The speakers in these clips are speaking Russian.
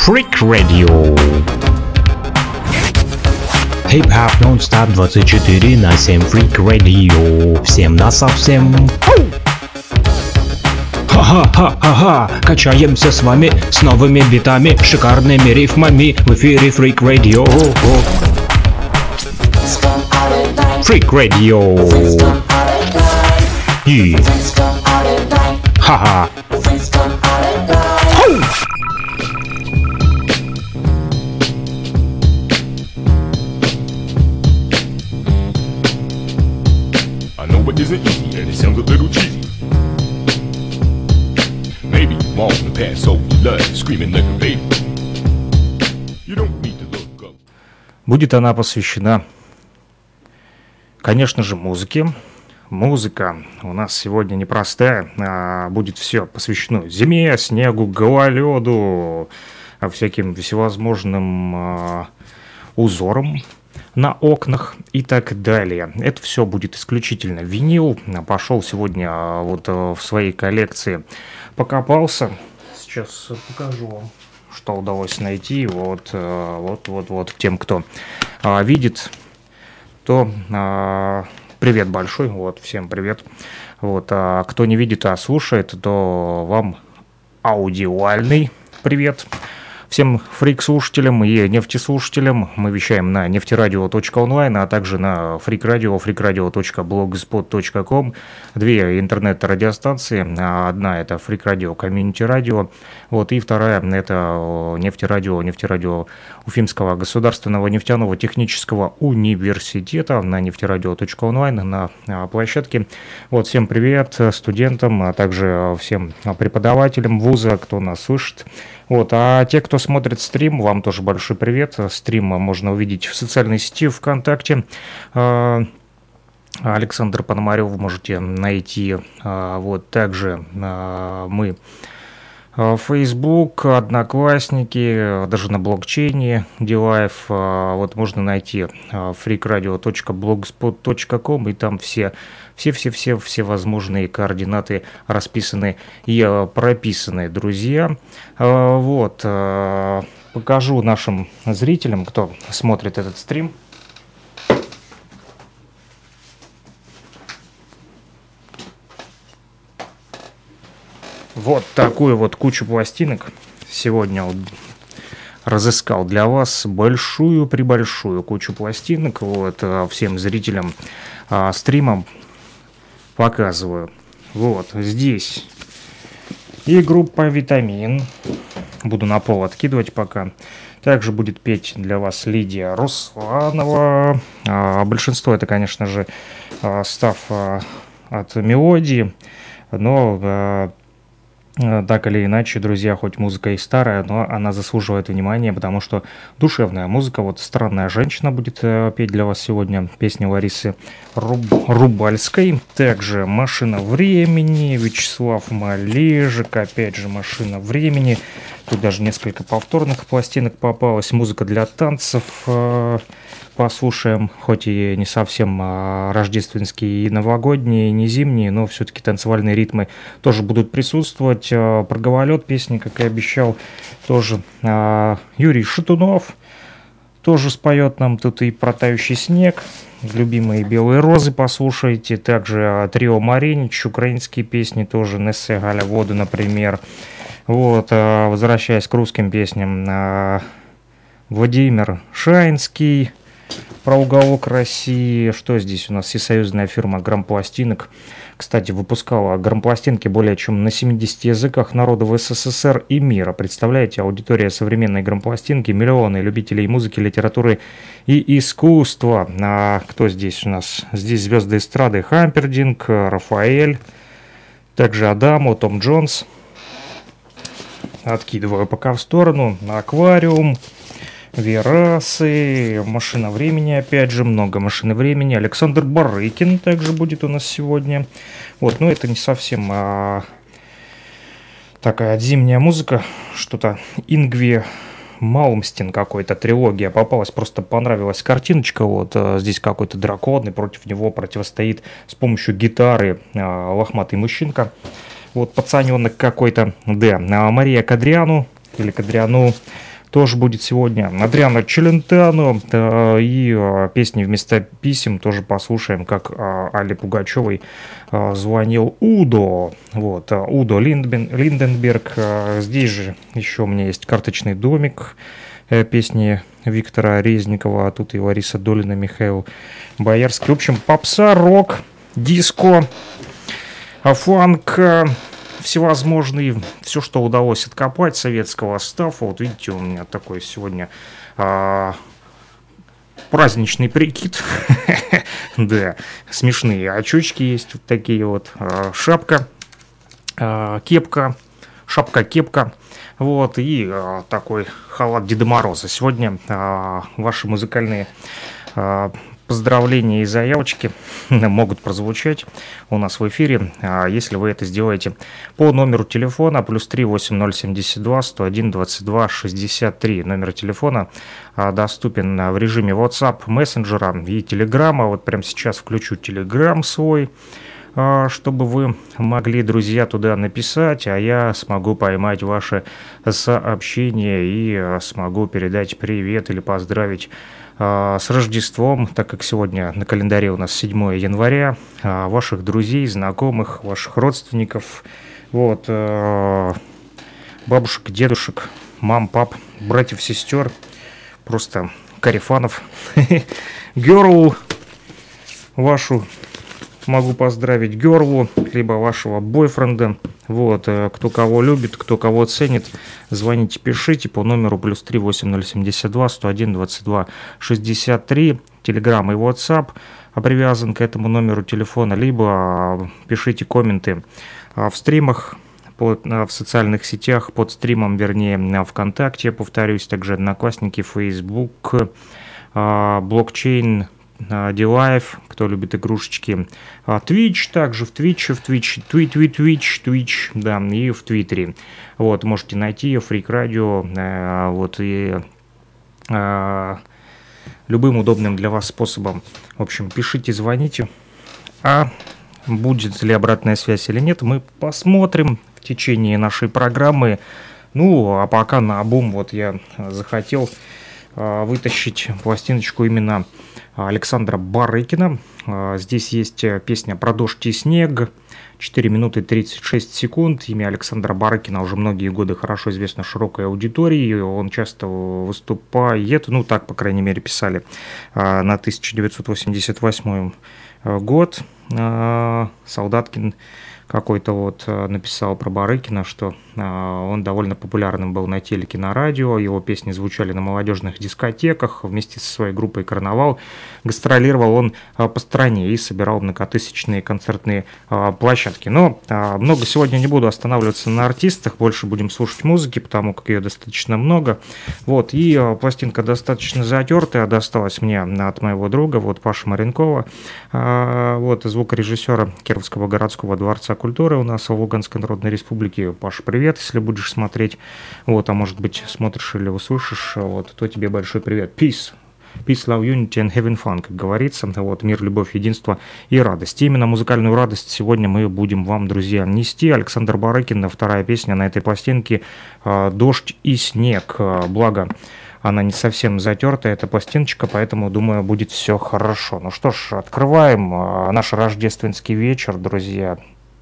Freak Radio. Хип-хоп нон-стоп 24/7 Freak Radio. Всем на совсем. Ха-ха-ха-ха-ха. Качаемся с вами с новыми битами, шикарными рифмами в эфире Freak Radio. Freak Radio. И... Ха-ха. It isn't easy and it sounds a little cheesy. Maybe you're wrong in the past, so you love screaming like a baby. You don't need to look up. Будет она посвящена, конечно же, музыке. Музыка у нас сегодня непростая, а будет все посвящено зиме, снегу, гололеду, всяким всевозможным узорам на окнах и так далее. Это все будет исключительно винил. Пошел сегодня вот в своей коллекции, покопался. Сейчас покажу вам, что удалось найти. Вот тем, кто видит, то привет большой. Вот, всем привет. Вот, а кто не видит, а слушает, то вам аудиальный привет. Всем фрик-слушателям и нефтеслушателям мы вещаем на нефтерадио.онлайн, а также на фрик-радио, freakradio.blogspot.com. Две интернет-радиостанции. Одна — это фрик-радио, комьюнити-радио. Вот, и вторая — это нефтерадио Уфимского государственного нефтяного технического университета на нефтерадио.онлайн на площадке. Вот, всем привет студентам, а также всем преподавателям вуза, кто нас слышит. Вот, а те, кто смотрит стрим, вам тоже большой привет. Стрим можно увидеть в социальной сети ВКонтакте. Александр Пономарев можете найти. Вот, также мы Facebook, Одноклассники, даже на блокчейне Дилайф. Вот можно найти freakradio.blogspot.com, и там все возможные координаты расписаны и прописаны, друзья. Вот, покажу нашим зрителям, кто смотрит этот стрим. Вот такую вот кучу пластинок сегодня разыскал для вас, большую-пребольшую кучу пластинок. Вот, всем зрителям стрима показываю. Вот здесь и группа «Витамин». Буду на пол откидывать пока. Также будет петь для вас Лидия Русланова. Большинство это, конечно же, став от мелодии, но так или иначе, друзья, хоть музыка и старая, но она заслуживает внимания, потому что душевная музыка. Вот «Странная женщина» будет петь для вас сегодня, песня Ларисы Рубальской. Также «Машина времени», Вячеслав Малежик, опять же «Машина времени». Тут даже несколько повторных пластинок попалось. Музыка для танцев послушаем, хоть и не совсем рождественские и новогодние, и не зимние, но все-таки танцевальные ритмы тоже будут присутствовать. Про гололед песни, как и обещал, тоже Юрий Шатунов тоже споет нам тут и про тающий снег, любимые белые розы послушайте. Также трио Маринич, украинские песни тоже, Нессе Галя Воду, например. Вот, возвращаясь к русским песням, Владимир Шаинский, про уголок России. Что здесь у нас? Всесоюзная фирма грампластинок. Кстати, выпускала грампластинки более чем на 70 языках народов СССР и мира. Представляете, аудитория современной грампластинки, миллионы любителей музыки, литературы и искусства. А кто здесь у нас? Здесь звезды эстрады: Хампердинг, Рафаэль, также Адамо, Том Джонс. Откидываю пока в сторону. Аквариум, Верасы, «Машина времени», опять же, много «Машины времени». Александр Барыкин также будет у нас сегодня. Вот, но это не совсем такая зимняя музыка, что-то Ингви Малмстин какой-то, трилогия попалась, просто понравилась картиночка. Вот здесь какой-то дракон, и против него противостоит с помощью гитары лохматый мужчинка. Вот пацаненок какой-то, да. Мария Кадриану или Кадриану тоже будет сегодня. Адриано Челентано и песни вместо писем тоже послушаем, как Алле Пугачевой звонил Удо. Вот, Удо Линденберг. Здесь же еще у меня есть «Карточный домик», песни Виктора Резникова, а тут и Лариса Долина, Михаил Боярский. В общем, попса, рок, диско, фанк, всевозможный, все, что удалось откопать советского стафа. Вот видите, у меня такой сегодня праздничный прикид. Да, смешные очечки есть вот такие вот, шапка, кепка, шапка-кепка. Вот, и такой халат Деда Мороза. Сегодня ваши музыкальные поздравления и заявочки могут прозвучать у нас в эфире, если вы это сделаете по номеру телефона +3 8072 101 22 63. Номер телефона доступен в режиме WhatsApp, мессенджера и Телеграма. Вот прямо сейчас включу Телеграм свой, чтобы вы могли, друзья, туда написать, а я смогу поймать ваши сообщения и смогу передать привет или поздравить с Рождеством, так как сегодня на календаре у нас 7 января, ваших друзей, знакомых, ваших родственников, вот, бабушек, дедушек, мам, пап, братьев, сестер, просто корефанов, герлу вашу могу поздравить, герлу, либо вашего бойфренда. Вот, кто кого любит, кто кого ценит, звоните, пишите по номеру +3 8072 101 22 63. Телеграм и WhatsApp привязан к этому номеру телефона, либо пишите комменты в стримах, в социальных сетях, под стримом, вернее, ВКонтакте, повторюсь, также Одноклассники, Facebook, блокчейн, DLive, кто любит игрушечки, Twitch, также в Twitch, Twitch, да, и в Твиттере. Вот, можете найти Freak Radio, вот, и любым удобным для вас способом. В общем, пишите, звоните, а будет ли обратная связь или нет, мы посмотрим в течение нашей программы. Ну, а пока наобум, вот я захотел вытащить пластиночку именно Александра Барыкина. Здесь есть песня про дождь и снег, 4 минуты 36 секунд. Имя Александра Барыкина уже многие годы хорошо известно широкой аудитории. Он часто выступает, ну так, по крайней мере, писали на 1988 год. Солдаткин какой-то вот написал про Барыкина, что он довольно популярным был на телеке, на радио, его песни звучали на молодежных дискотеках, вместе со своей группой «Карнавал» гастролировал он по стране и собирал многотысячные концертные площадки. Но много сегодня не буду останавливаться на артистах, больше будем слушать музыки, потому как ее достаточно много. Вот, и пластинка достаточно затертая, досталась мне от моего друга, вот, Паши Маренкова, вот, звукорежиссера Кировского городского дворца культуры у нас в Луганской Народной Республике. Паша, привет, если будешь смотреть, вот, а может быть смотришь или услышишь, вот, то тебе большой привет. Peace, love, unity and having fun, как говорится, вот, мир, любовь, единство и радость. И именно музыкальную радость сегодня мы будем вам, друзья, нести. Александр Барыкин, вторая песня на этой пластинке «Дождь и снег», благо она не совсем затертая, эта пластиночка, поэтому, думаю, будет все хорошо. Ну что ж, открываем наш рождественский вечер, друзья.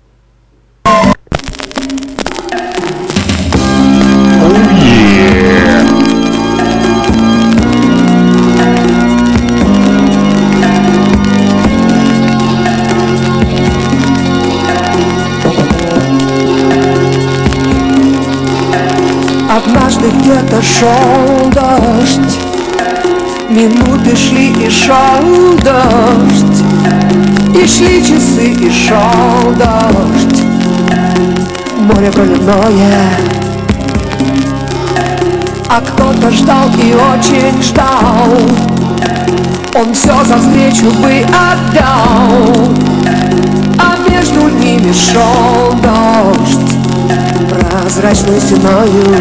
Однажды где-то шел дождь, минуты шли и шел дождь, и шли часы и шел дождь, море проливное. А кто-то ждал и очень ждал, он все за встречу бы отдал, а между ними шел дождь прозрачной стеною.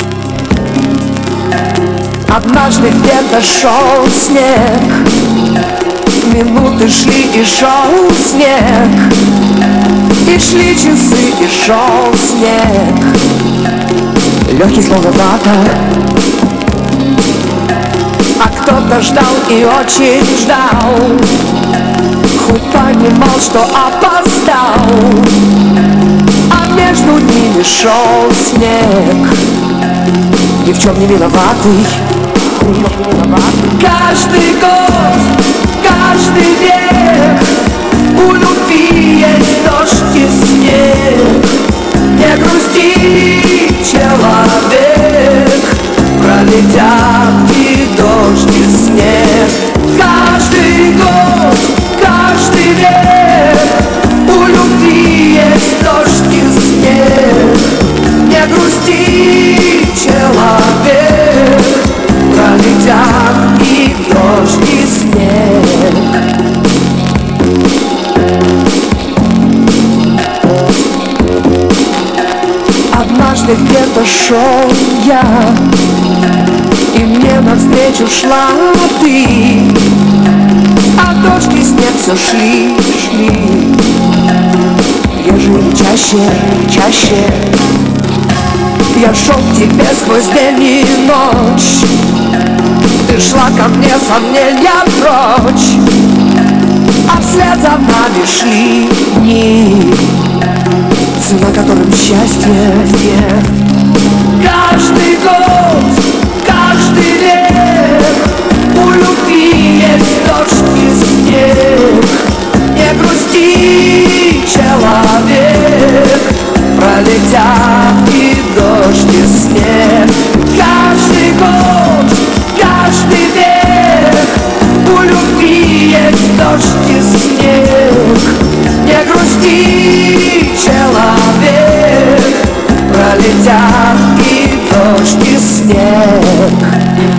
Однажды где-то шел снег, минуты шли и шел снег, и шли часы и шел снег, легкий словно вата, кто-то ждал и очень ждал, хоть понимал, что опоздал, а между ними шел снег, ни в чем не виноватый. Каждый год, каждый век у любви есть дождь и снег. Не грусти, человек, пролетят и дождь и снег. Каждый год, каждый век у любви есть дождь и снег. Не грусти, человек, пролетят и дождь и снег. Однажды где-то шел я, и мне навстречу шла ты, а дождь и снег все шли, шли. Реже и чаще, чаще я шел к тебе сквозь день и ночь. Ты шла ко мне, сомнения прочь, а вслед за нами шли дни, цена которым счастье. Каждый год, каждый век у любви есть дождь и снег. Не грусти, человек, пролетят и дождь и снег. Каждый год, каждый век у любви есть дождь и снег. Не грусти, человек, пролетят и дождь и снег.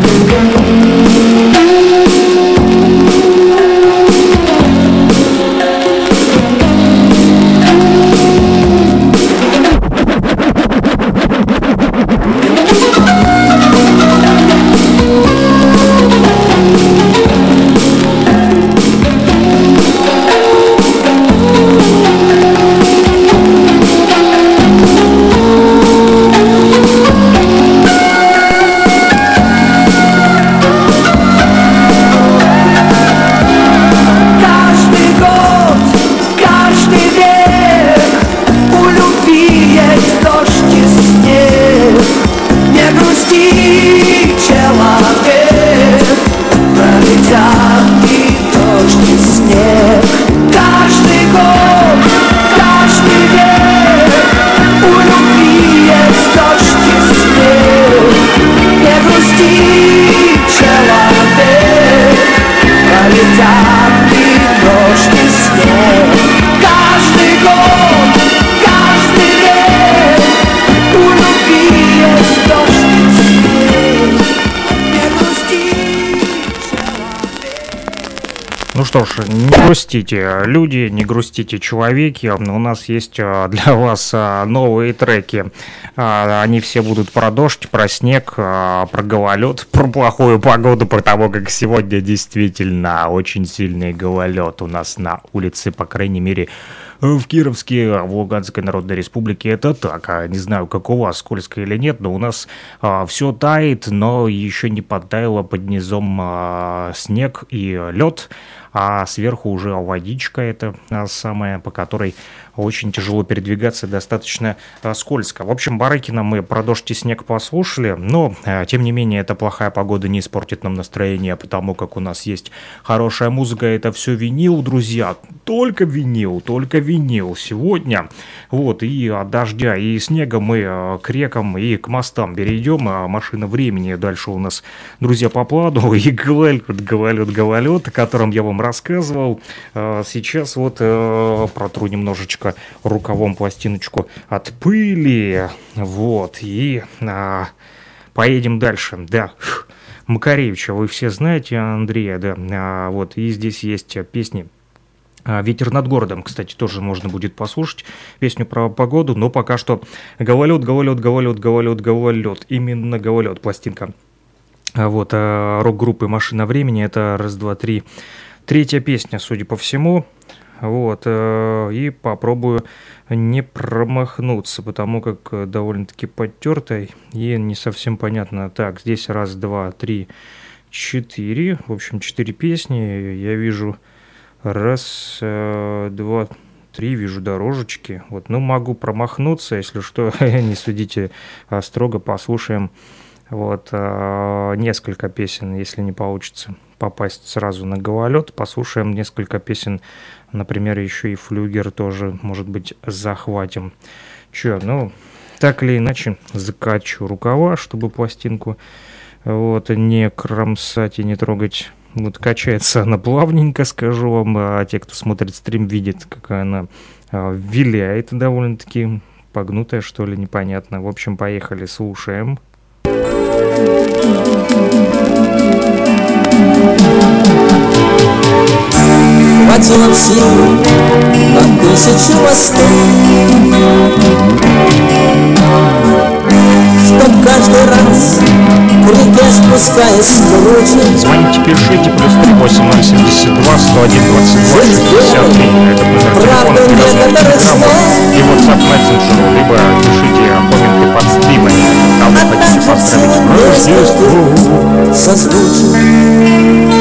Ну что ж, не грустите, люди, не грустите, человеки. У нас есть для вас новые треки. Они все будут про дождь, про снег, про гололед, про плохую погоду, про того, как сегодня действительно очень сильный гололед у нас на улице, по крайней мере, в Кировске, в Луганской Народной Республике. Это так. Не знаю, как у вас, скользко или нет, но у нас все тает, но еще не подтаяло под низом снег и лед, а сверху уже водичка, это самая, по которой очень тяжело передвигаться, достаточно скользко. В общем, Барыкина мы про дождь и снег послушали, но, тем не менее, эта плохая погода не испортит нам настроение, потому как у нас есть хорошая музыка, это все винил, друзья, только винил сегодня. Вот, и от дождя и снега мы к рекам и к мостам перейдем, а машина времени дальше у нас, друзья, по плану, и гололед, о котором я вам рассказывал. Сейчас вот протру немножечко рукавом пластиночку от пыли, вот, и поедем дальше, да. Макаревича вы все знаете, Андрея, да, вот, и здесь есть песни. «Ветер над городом», кстати, тоже можно будет послушать песню про погоду, но пока что гололед, именно гололед, пластинка. Вот, рок-группы «Машина времени», это раз, два, три, третья песня, судя по всему. Вот, и попробую не промахнуться, потому как довольно-таки подтертой и не совсем понятно. Так, здесь раз, два, три, 4. В общем, 4 песни. Я вижу раз, два, три, вижу дорожечки. Вот, ну, могу промахнуться, если что, не судите строго, послушаем. Вот, несколько песен, если не получится попасть сразу на гололед, послушаем несколько песен, например, еще и Флюгер тоже, может быть, захватим. Че, ну, так или иначе, закачу рукава, чтобы пластинку вот не кромсать и не трогать. Вот качается она плавненько, скажу вам, а те, кто смотрит стрим, видит, какая она виляет довольно-таки, погнутая, что ли, непонятно. В общем, поехали, слушаем. Хватило в силу на 1000 мостов, чтоб каждый раз к реке спускаясь круче. Звоните, пишите, плюс 38072 101 22 63. Это номер телефона привязанный к программу и WhatsApp мессенджеру, либо пишите комменты под стримами. Там вы хотите поздравить Рождество. Созвучно.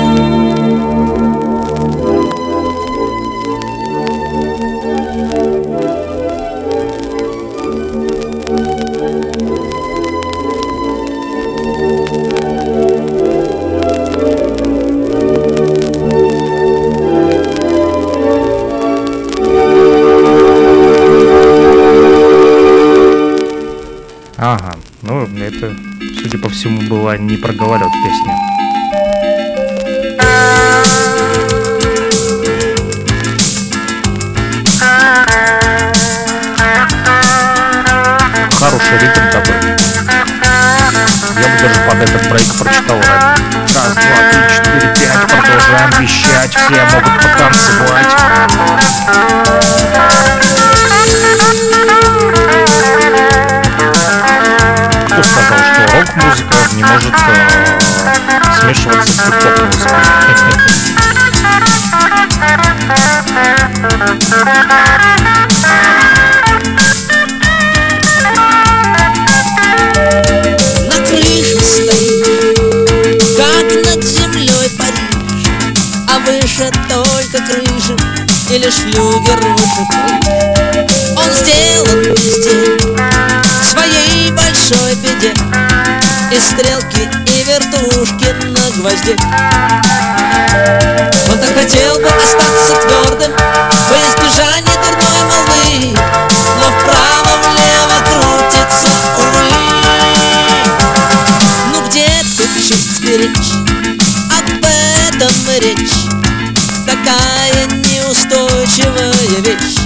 Ага, ну это, судя по всему, была не про гололед песня. Хороший ритм такой. Я бы даже под этот брейк прочитал рэп. Раз, два, три, четыре, пять, продолжаем вещать, все могут потанцевать. Кто сказал, что рок-музыка не может смешиваться с хип-хоп-музыкой? На крыше стоит, как над землей Париж, а выше только крыши и лишь флюгер выше крыш. Он сделан везде своей большой беде, и стрелки, и вертушки на гвозде. Он так хотел бы остаться твердым во избежание дурной молвы, но вправо-влево крутится, увы. Ну где тут честь сберечь? Об этом и речь. Такая неустойчивая вещь.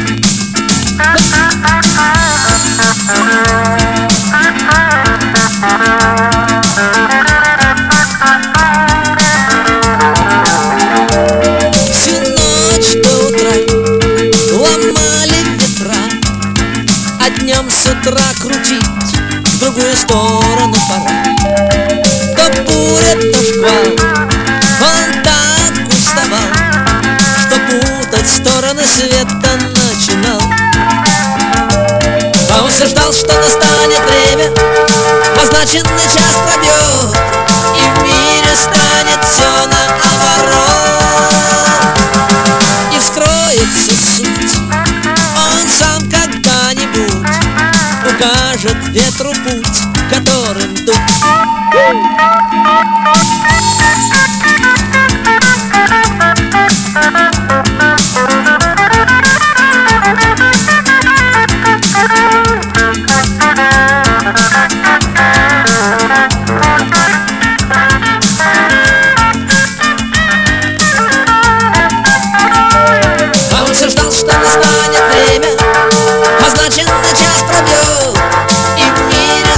Всю ночь до утра ломали ветра, а днем с утра крутить в другую сторону пора. То буря, то шквал, он так уставал, что путать стороны света начинал. А он все ждал, что настанет время, назначенный час пробьет, и в мире станет все наоборот. И вскроется суть, он сам когда-нибудь укажет ветру путь, которым дуть. А он все ждал, что настанет время, означенный час пробьет, и в мире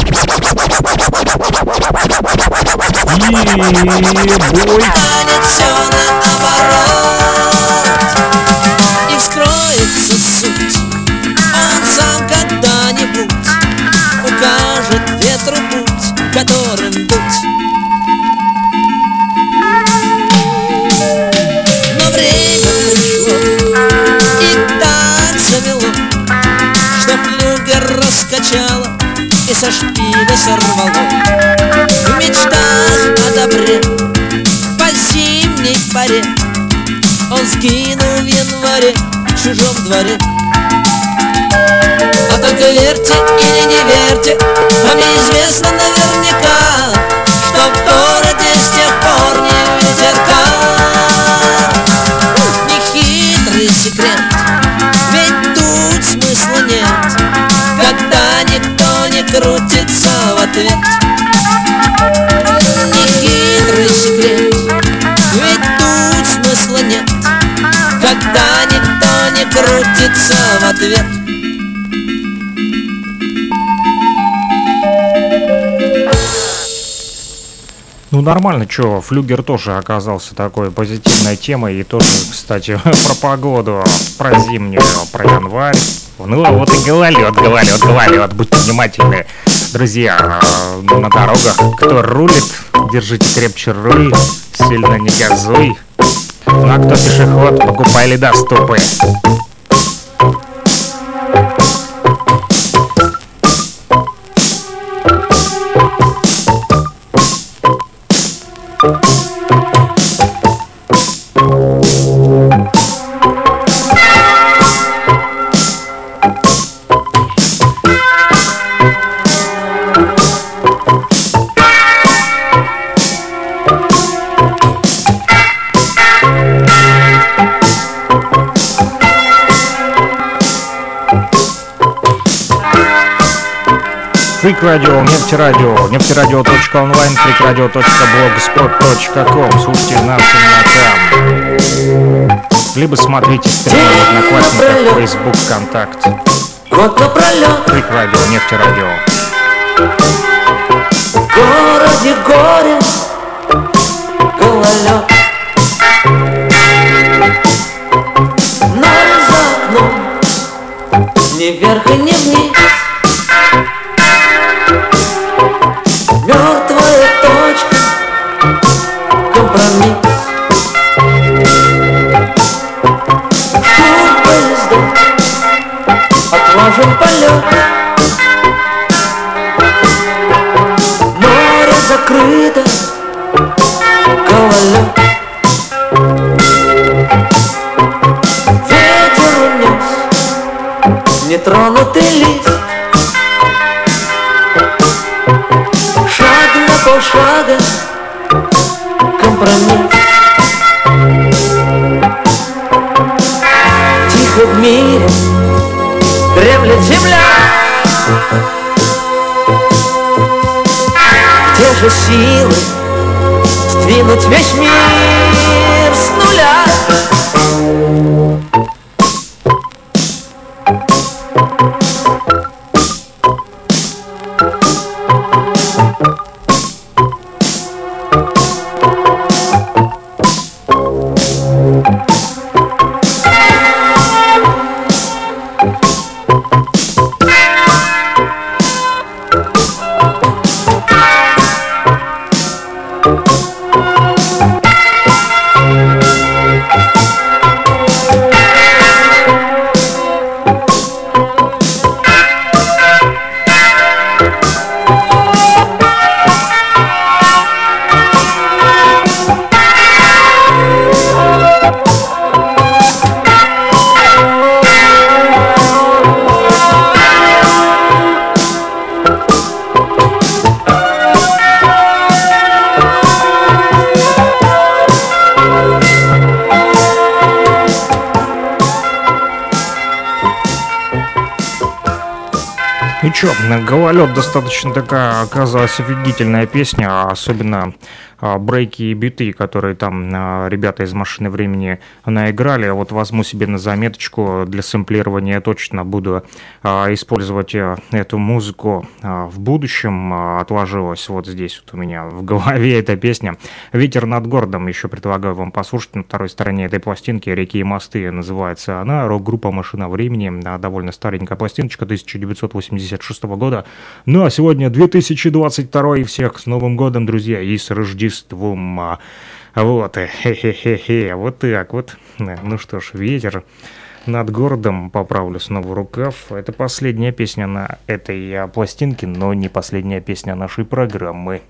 станет все наоборот. И вскроется суть, он сам когда-нибудь укажет ветру путь, которым дуть. Но время пришло и так замело, что флюгер раскачало и со шпиля сорвало. В мечтах о добре чужом дворе. А только верьте или не верьте, а мне известно наверняка, что в городе с тех пор не ветерка. Нехитрый секрет, ведь тут смысла нет, когда никто не крутится в ответ. Нехитрый секрет, ведь тут смысла нет, когда никто не крутится в ответ. Ну нормально, чё, Флюгер тоже оказался такой позитивной темой. И тоже, кстати, про погоду, про зимнюю, про январь. Ну вот и гололед, будьте внимательны, друзья, на дорогах. Кто рулит, держите крепче руль, сильно не газуй. Ну а кто пешеход, покупай ледоступы. Фрик-радио, нефтерадио, нефтерадио.онлайн, фрик-радио.блогспот.ком. Слушайте нас именно там. Либо смотрите стримы в Одноклассниках, Facebook, ВКонтакте. Год напролёт Фрик-радио, нефтерадио. в городе горе, гололед. Но за окном ни вверх и ни вниз, мертвая точка, компромисс. Ждут поезда, отложен полет. Море закрыто, гололед. Ветер унес нетронутый лист. Шаг на полшага, компромисс. Тихо в мире дремлет земля. Где же силы сдвинуть весь мир с нуля? Ну чё, «Гололед» достаточно такая оказалась офигительная песня, особенно брейки и биты, которые там ребята из «Машины времени» наиграли. Вот возьму себе на заметочку для сэмплирования, я точно буду использовать эту музыку в будущем. Отложилась вот здесь вот у меня в голове эта песня. «Ветер над городом» еще предлагаю вам послушать на второй стороне этой пластинки. «Реки и мосты» называется она. Рок-группа «Машина времени», довольно старенькая пластиночка 1986 года. Ну а сегодня 2022, и всех с Новым годом, друзья, и с Рождеством. Вот, хе-хе-хе-хе, вот так вот. Ну что ж, «Ветер над городом», поправлю снова рукав. Это последняя песня на этой пластинке, но не последняя песня нашей программы.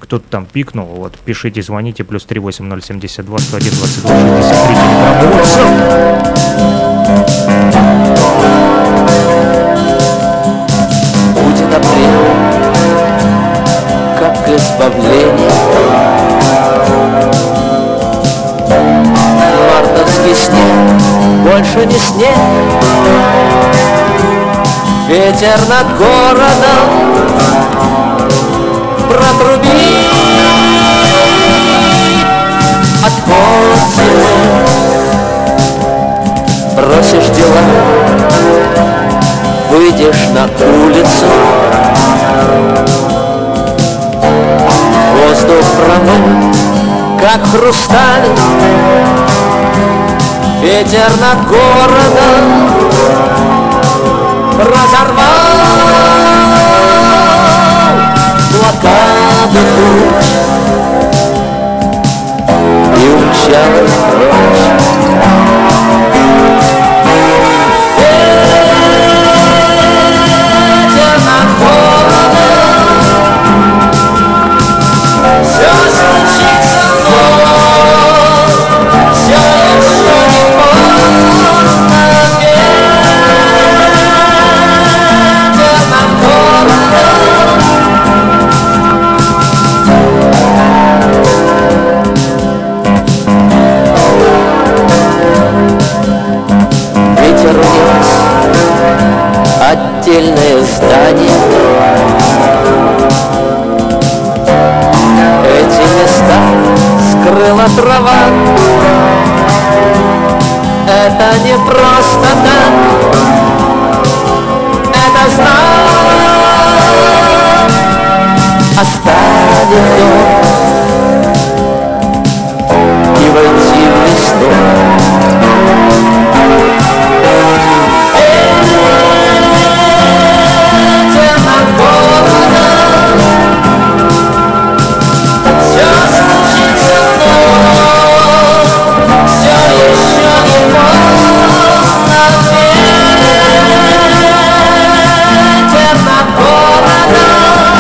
кто-то там пикнул. Вот, пишите, звоните, плюс 38072 101 22 63, телеграм и WhatsApp. Будет апрель, как избавление. Мартовский снег больше не снег. Ветер над городом протрубит. Отходит, бросишь дела, выйдешь на улицу. Воздух промыл, как хрусталь. Ветер над городом разорвал блокаду туч и умчалась прочь. Ветер над городом, все случится вновь, все еще не поздно. Ветер над городом. Ветер унес отдельное здание. Эти места скрыла трава. Это не просто так, это знак. Оставить дом и войти в весну. Ветер над городом, все случится вновь, все еще не поздно. Ветер над городом,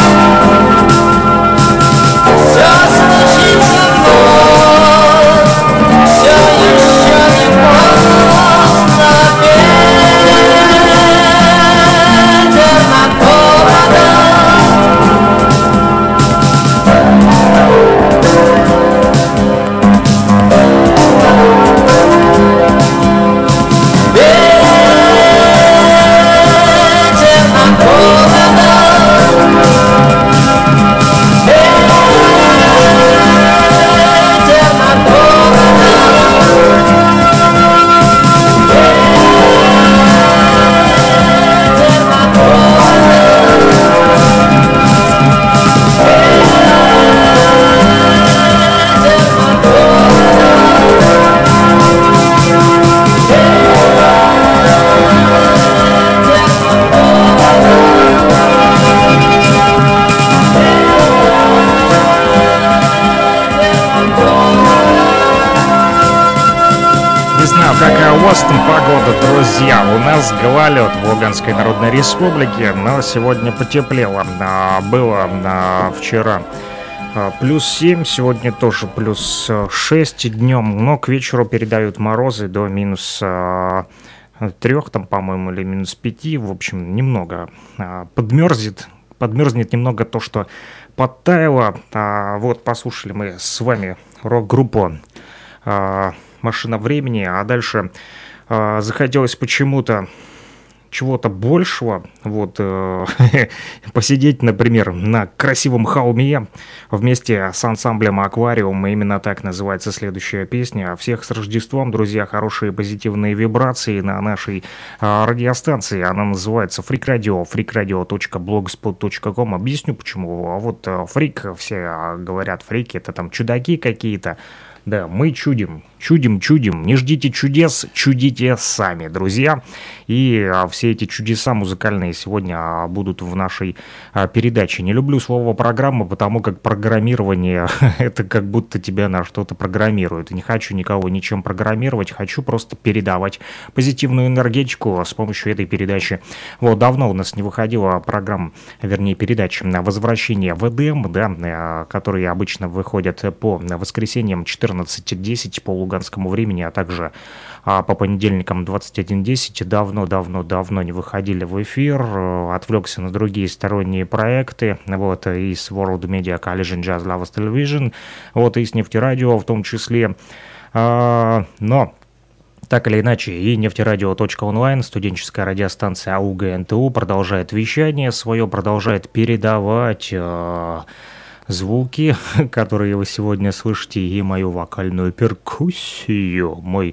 все случится вновь, все еще не поздно. Ветер над городом. Ветер над городом. Ветер над Не знаю, какая у вас там погода, друзья. У нас гололед в Луганской Народной Республике, но сегодня потеплело. Было вчера плюс 7, сегодня тоже плюс 6 днем, но к вечеру передают морозы до минус 3, там, по-моему, или минус 5. В общем, немного подмерзнет немного то, что подтаяло. Вот, послушали мы с вами рок-группу «Машина времени», а дальше захотелось почему-то чего-то большего, вот, посидеть, например, на красивом холме вместе с ансамблем «Аквариум», именно так называется следующая песня. Всех с Рождеством, друзья, хорошие позитивные вибрации на нашей радиостанции, она называется Freak Radio, freakradio.blogspot.com. Объясню почему. Вот фрик, все говорят, фрики это там чудаки какие-то. Да, мы чудим, чудим. Не ждите чудес, чудите сами, друзья. И все эти чудеса музыкальные сегодня будут в нашей передаче. Не люблю слово «программа», потому как программирование — это как будто тебя на что-то программируют. Не хочу никого ничем программировать, хочу просто передавать позитивную энергетику с помощью этой передачи. Вот давно у нас не выходила программа, вернее передача на «Возвращение в Эдем», да, которые обычно выходят по воскресеньям 14:10 по луганскому времени, а также по понедельникам 21:10. Давно не выходили в эфир, отвлекся на другие сторонние проекты, вот, и с World Media Collision Jazz Lovers Television, вот, и с Нефтерадио в том числе, но так или иначе, и нефтерадио.онлайн, студенческая радиостанция АУГ НТУ, продолжает вещание свое, продолжает передавать звуки, которые вы сегодня слышите, и мою вокальную перкуссию, мой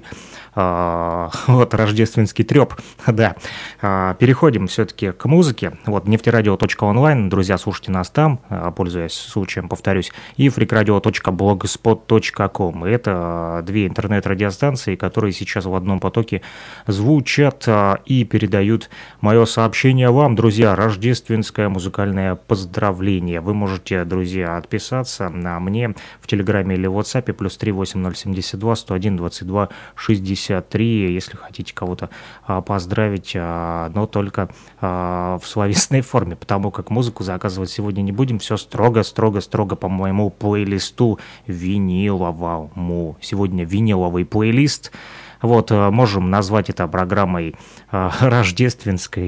вот рождественский треп, да. Переходим все-таки к музыке. Вот нефтерадио.онлайн, друзья, слушайте нас там, пользуясь случаем, повторюсь, и freakradio.blogspot.com. Это две интернет-радиостанции, которые сейчас в одном потоке звучат и передают мое сообщение вам, друзья, рождественское музыкальное поздравление. Вы можете, друзья, отписаться на мне в Телеграме или в WhatsApp +3 8072 101 22 63, если хотите кого-то поздравить, но только в словесной форме, потому как музыку заказывать сегодня не будем, все строго по моему плейлисту виниловому. Сегодня виниловый плейлист. Вот, можем назвать это программой рождественское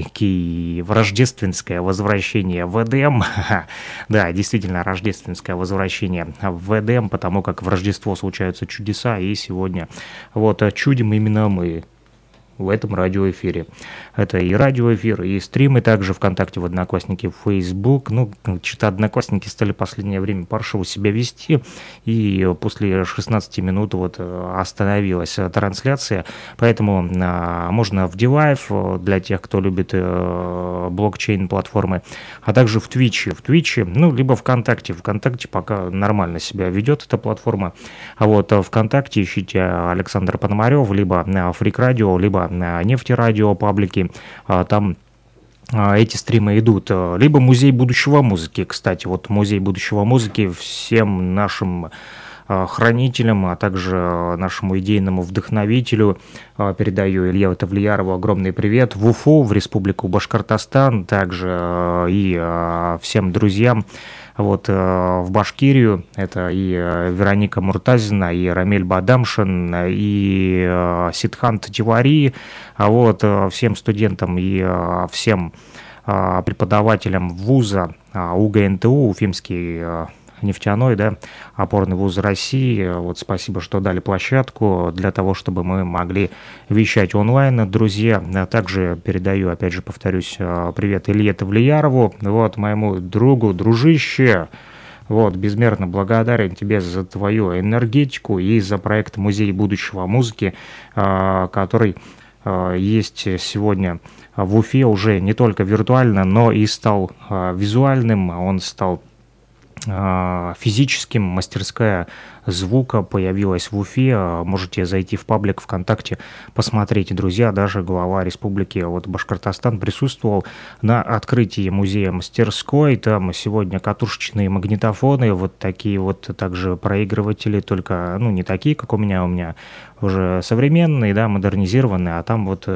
возвращение в Эдем. Да, действительно, рождественское возвращение в Эдем, потому как в Рождество случаются чудеса, и сегодня вот чудим именно мы в этом радиоэфире. Это и радиоэфир, и стримы также ВКонтакте, в Одноклассники, в Facebook. Ну, что-то Одноклассники стали в последнее время паршиво себя вести, и после 16 минут вот остановилась трансляция, поэтому можно в DLive для тех, кто любит блокчейн-платформы, а также в Твиче, ну, либо ВКонтакте. ВКонтакте пока нормально себя ведет эта платформа, а вот ВКонтакте ищите Александр Пономарев, либо Freak Radio, либо на Нефтерадио паблики, там эти стримы идут. Либо Музей будущего музыки, кстати, вот Музей будущего музыки всем нашим хранителям, а также нашему идейному вдохновителю передаю Илье Тавлиярову огромный привет в Уфу, в Республику Башкортостан, также и всем друзьям вот в Башкирию. Это и Вероника Муртазина, и Рамиль Бадамшин, и Сидхан Тативари, вот всем студентам и всем преподавателям вуза УГНТУ, Уфимский нефтяной, да, опорный вуз России. Вот спасибо, что дали площадку для того, чтобы мы могли вещать онлайн, друзья. Также передаю, опять же, повторюсь, привет Илье Тавлиярову, вот моему другу, дружище. Вот, безмерно благодарен тебе за твою энергетику и за проект «Музей будущего музыки», который есть сегодня в Уфе уже не только виртуально, но и стал визуальным, он стал физическим. Мастерская звука появилась в Уфе. Можете зайти в паблик ВКонтакте, посмотреть, друзья. Даже глава республики вот Башкортостан присутствовал на открытии музея мастерской. Там сегодня катушечные магнитофоны, вот такие вот также проигрыватели, только, ну, не такие, как у меня уже современные, да, модернизированные, а там вот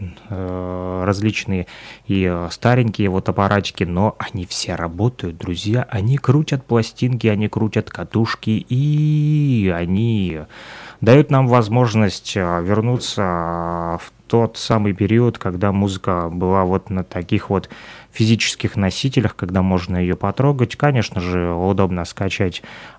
различные и старенькие вот аппаратики, но они все работают, друзья, они крутят пластинки, они крутят катушки, и они дают нам возможность вернуться в тот самый период, когда музыка была вот на таких вот физических носителях, когда можно ее потрогать. Конечно же, удобно скачать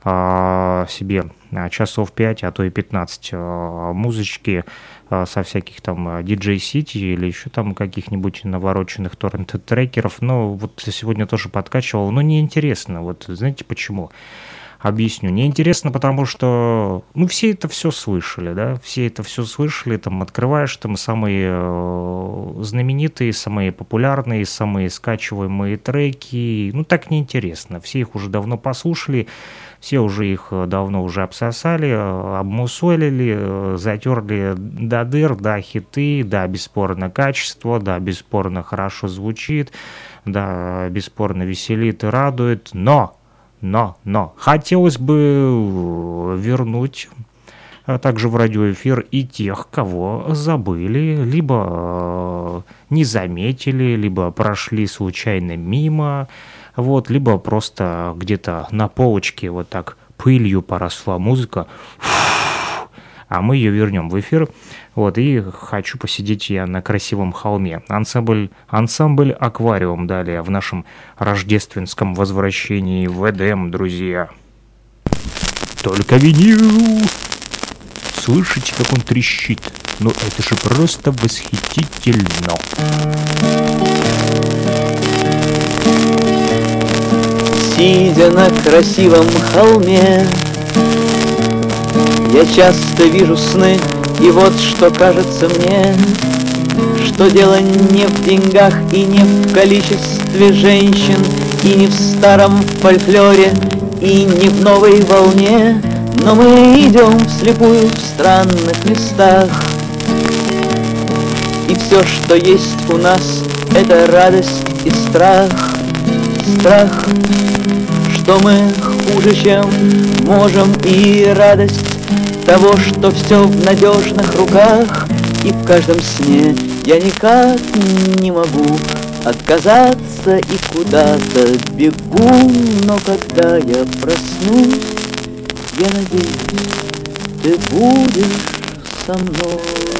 себе часов 5, а то и 15 музычки со всяких там DJ City или еще там каких-нибудь навороченных торрент-трекеров. Но вот сегодня тоже подкачивал, но неинтересно. Вот знаете почему? Объясню. Неинтересно, потому что, ну, все это все слышали, да, все это все слышали, там, открываешь, там, самые знаменитые, самые популярные, самые скачиваемые треки, ну, так неинтересно, все их уже давно послушали, все уже их давно уже обсосали, обмусолили, затерли до дыр, да, хиты, да, бесспорно качество, да, бесспорно хорошо звучит, да, бесспорно веселит и радует, но хотелось бы вернуть также в радиоэфир и тех, кого забыли, либо не заметили, либо прошли случайно мимо, вот, либо просто где-то на полочке вот так пылью поросла музыка, а мы ее вернем в эфир. Вот, и хочу посидеть я на красивом холме. Ансамбль «Аквариум» далее в нашем рождественском возвращении в Эдем, друзья. Только винил! Слышите, как он трещит? Ну это же просто восхитительно! Сидя на красивом холме, я часто вижу сны, и вот что кажется мне, что дело не в деньгах и не в количестве женщин, и не в старом фольклоре, и не в новой волне, но мы идем вслепую в странных местах, и все, что есть у нас, это радость и страх. Страх, что мы хуже, чем можем, и радость того, что все в надежных руках, и в каждом сне я никак не могу отказаться и куда-то бегу, но когда я проснусь, я надеюсь, ты будешь со мной.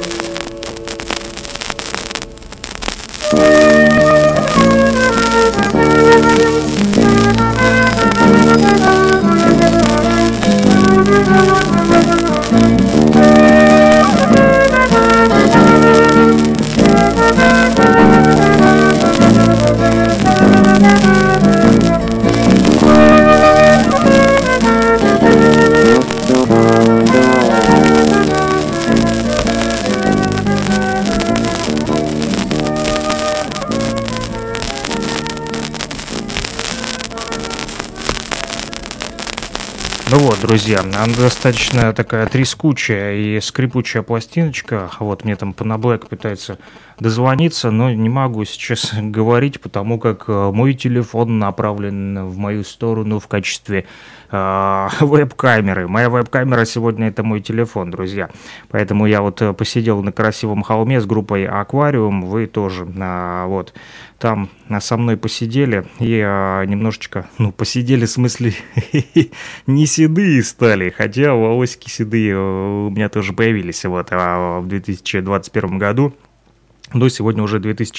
Ну вот, друзья, достаточно такая трескучая и скрипучая пластиночка. Вот мне там Панаблэк пытается дозвониться, но не могу сейчас говорить, потому как мой телефон направлен в мою сторону в качестве веб-камеры. Моя веб-камера сегодня — это мой телефон, друзья. Поэтому я вот посидел на красивом холме с группой «Аквариум». Вы тоже вот там со мной посидели и немножечко, ну, посидели в смысле не седые стали, хотя волосики седые у меня тоже появились вот в 2021 году. Но сегодня уже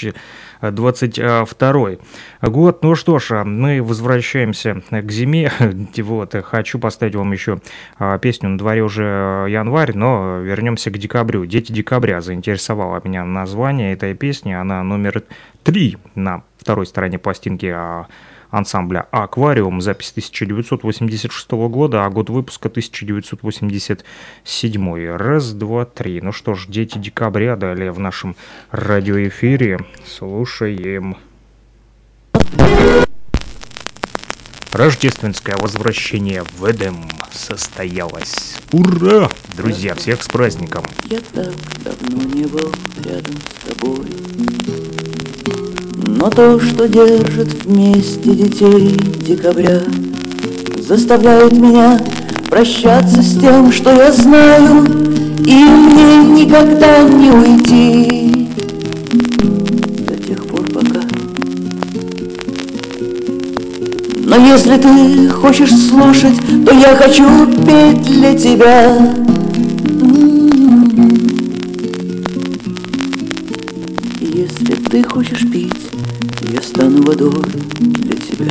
2022 год. Ну что ж, мы возвращаемся к зиме. Вот, хочу поставить вам еще песню. На дворе уже январь, но вернемся к декабрю. «Дети декабря» заинтересовало меня название этой песни. Она номер 3 на второй стороне пластинки ансамбля «Аквариум». Запись 1986 года, а год выпуска 1987. Раз, два, три. Ну что ж, «Дети декабря» далее в нашем радиоэфире. Слушаем. Рождественское возвращение в Эдем состоялось. Ура! Друзья, всех с праздником! Я так давно не был рядом с тобой, но то, что держит вместе детей декабря, заставляет меня прощаться с тем, что я знаю, и мне никогда не уйти до тех пор, пока. Но если ты хочешь слушать, то я хочу петь для тебя. Если ты хочешь пить, я стану водой для тебя.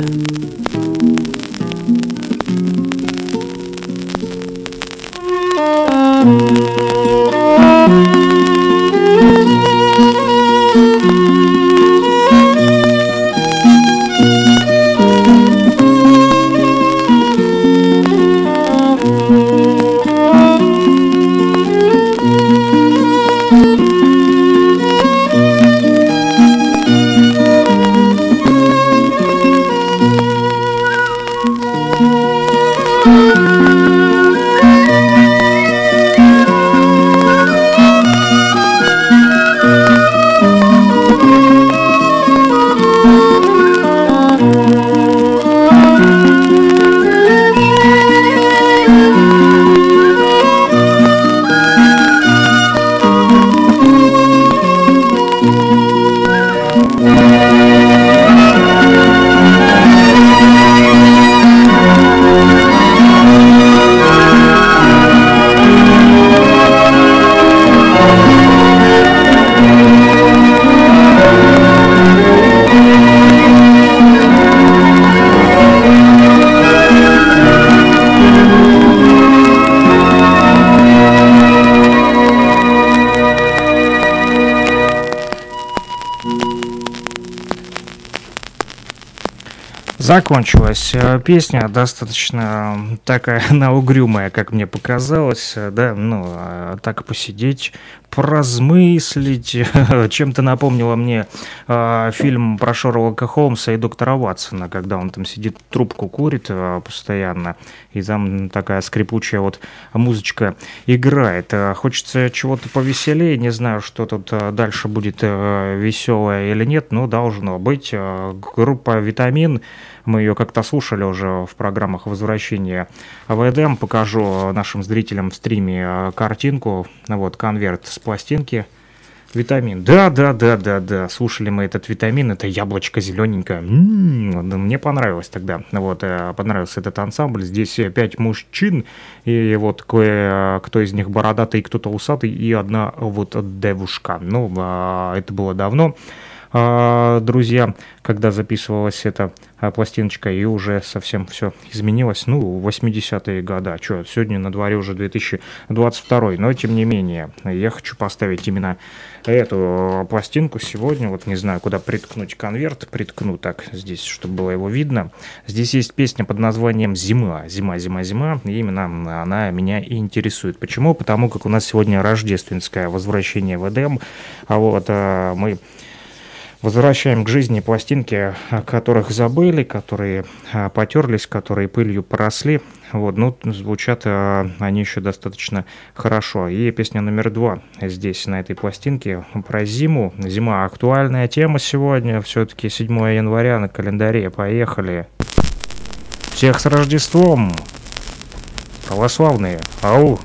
Закончилась песня, достаточно такая она угрюмая, как мне показалось, да, ну, так посидеть, поразмыслить, чем-то напомнила мне фильм про Шерлока Холмса и доктора Ватсона, когда он там сидит, трубку курит постоянно, и там такая скрипучая вот музычка играет. Хочется чего-то повеселее, не знаю, что тут дальше будет веселое или нет, но должно быть. Группа «Витамин», мы ее как-то слушали уже в программах возвращения в Эдем. Покажу нашим зрителям в стриме картинку, вот конверт с пластинки. Витамин. Да. Слушали мы этот «Витамин». Это яблочко зелененькое. Мне понравилось тогда. Вот, понравился этот ансамбль. Здесь 5 мужчин. И вот кое-кто из них бородатый, кто-то усатый. И одна вот девушка. Ну, это было давно. Друзья, когда записывалась эта пластиночка, и уже совсем все изменилось. Ну, 80-е годы. А что, сегодня на дворе уже 2022. Но, тем не менее, я хочу поставить именно эту пластинку сегодня. Вот не знаю, куда приткнуть конверт. Приткну так здесь, чтобы было его видно. Здесь есть песня под названием «Зима». Зима. И именно она меня и интересует. Почему? Потому как у нас сегодня рождественское возвращение в Эдем. А вот мы возвращаем к жизни пластинки, о которых забыли, которые потерлись, которые пылью поросли. Вот, ну, звучат они еще достаточно хорошо. И песня номер 2 здесь, на этой пластинке, про зиму. Зима — актуальная тема сегодня. Все-таки 7 января на календаре. Поехали. Всех с Рождеством! Православные! Ау!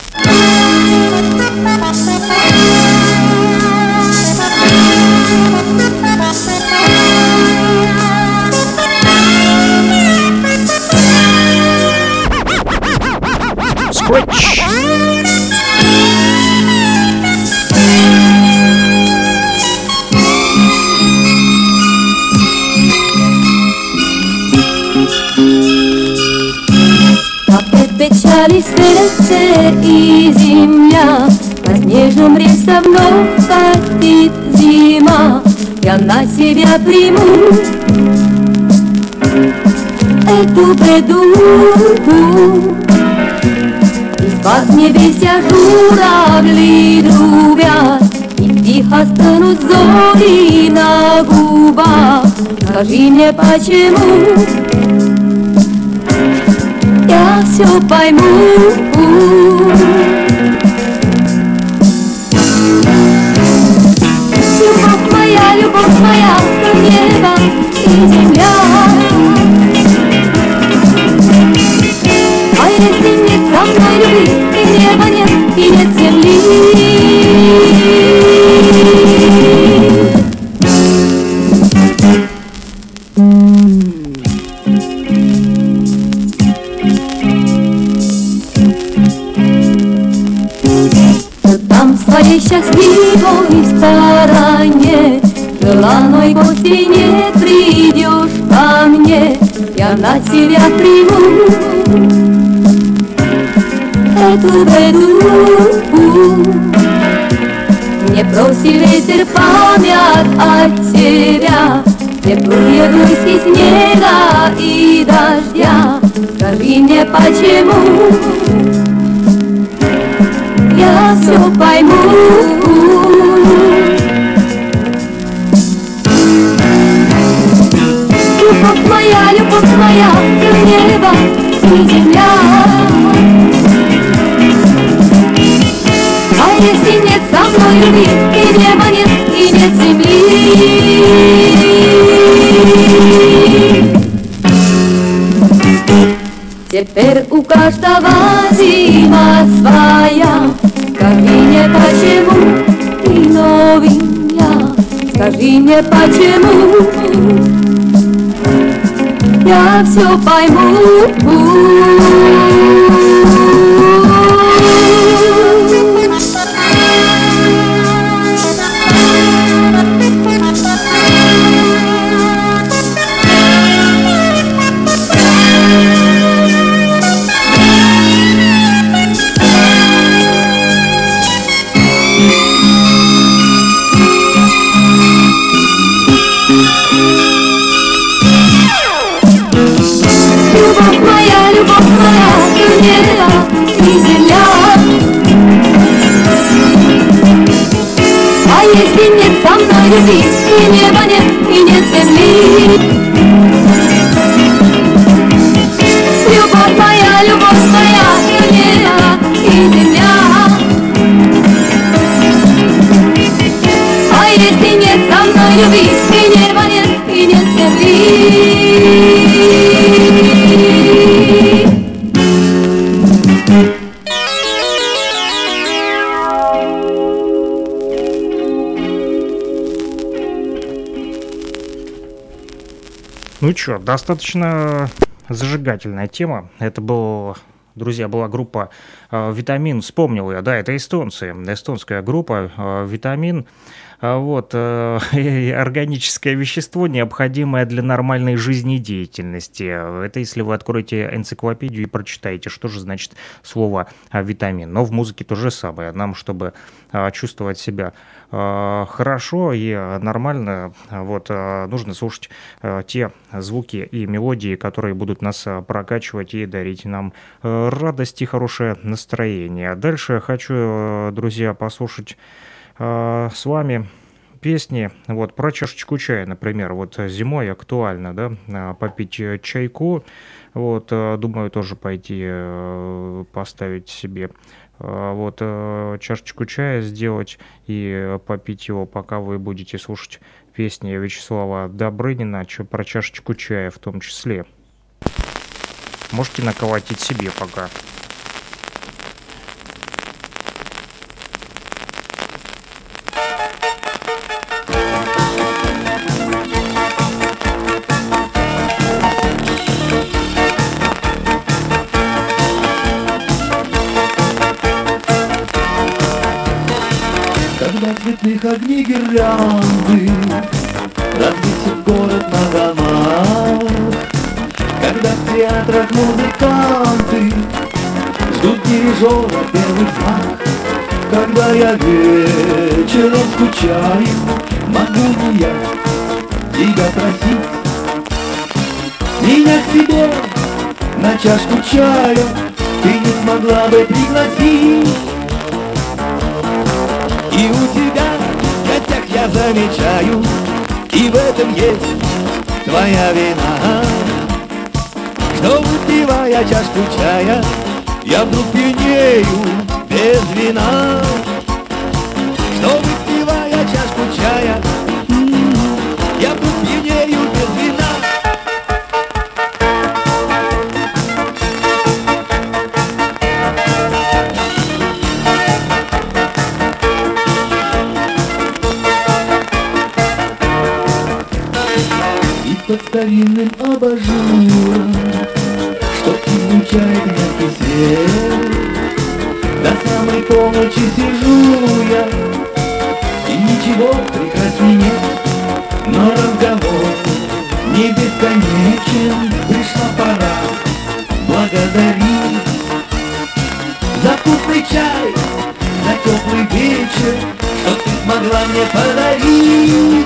Scratch! Печали сердце и земля, на снежном рельсе вновь катит зима. Я на себя приму эту беду. Из-под небеся журавли трубят, и тихо станут зори на губах. Скажи мне, почему? Я все пойму. Любовь моя, то небо и земля. А если нет со мной любви, и неба нет, и нет земли. Своей счастливой стороне желанной гости не придешь ко мне. Я на себя приму эту беду. Не проси ветер память от тебя, теплые близки снега и дождя. Скажи мне, почему? Я все пойму. Любовь моя, ты небо и земля. А если нет со мной любви, и неба нет, и нет земли. Теперь у каждого зима своя. Скажи мне, почему ты новенькая? Скажи мне, почему? Я все пойму. любовь моя, ты небо и земля. А если нет со мной любви, и неба нет, и нет земли. Любовь моя, ты небо и земля. А если нет со мной любви, и неба нет, и нет земли. Ну чё, достаточно зажигательная тема. Это был, друзья, была группа «Витамин». Вспомнил я, да, это эстонцы, эстонская группа «Витамин». Вот, органическое вещество, необходимое для нормальной жизнедеятельности. Это если вы откроете энциклопедию и прочитаете, что же значит слово «витамин». Но в музыке то же самое. Нам, чтобы чувствовать себя хорошо и нормально, вот, нужно слушать те звуки и мелодии, которые будут нас прокачивать и дарить нам радость и хорошее настроение. Дальше хочу, друзья, послушать с вами песни вот про чашечку чая, например. Вот зимой актуально, да, попить чайку. Вот, думаю, тоже пойти поставить себе вот чашечку чая сделать и попить его, пока вы будете слушать песни Вячеслава Добрынина про чашечку чая в том числе. Можете наколотить себе пока. Когда цветных огней гирлянды разнесет город на домах, когда в театрах музыканты ждут дирижера первый знак, когда я вечером скучаю, могу ли я тебя просить меня к себе на чашку чая, ты не смогла бы пригласить? И у тебя в гостях я замечаю, и в этом есть твоя вина, что выпивая чашку чая, я вдруг пьянею без вина. Что выпивая чашку чая, я вдруг пьянею без вина. Под старинным абажуром, что излучает мягкий свет, до самой полночи сижу я, и ничего прекрасней нет. Но разговор не бесконечен, пришла пора благодарить за вкусный чай, за теплый вечер, что ты смогла мне подарить.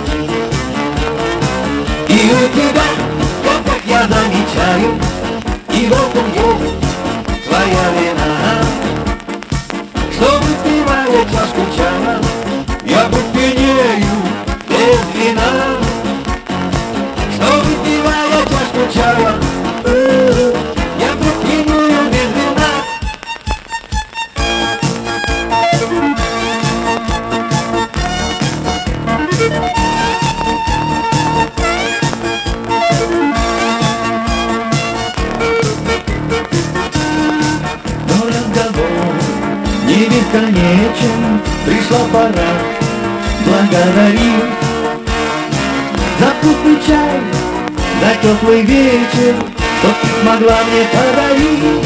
И у тебя, как я замечаю, и в этом есть твоя вина, что выпивая чашку чая, я вдруг пьянею без вина. Что выпивая чашку чая, я вдруг пьянею без вина. Бесконечен, пришла пора благодарить за вкусный чай, за теплый вечер, что ты смогла мне подарить.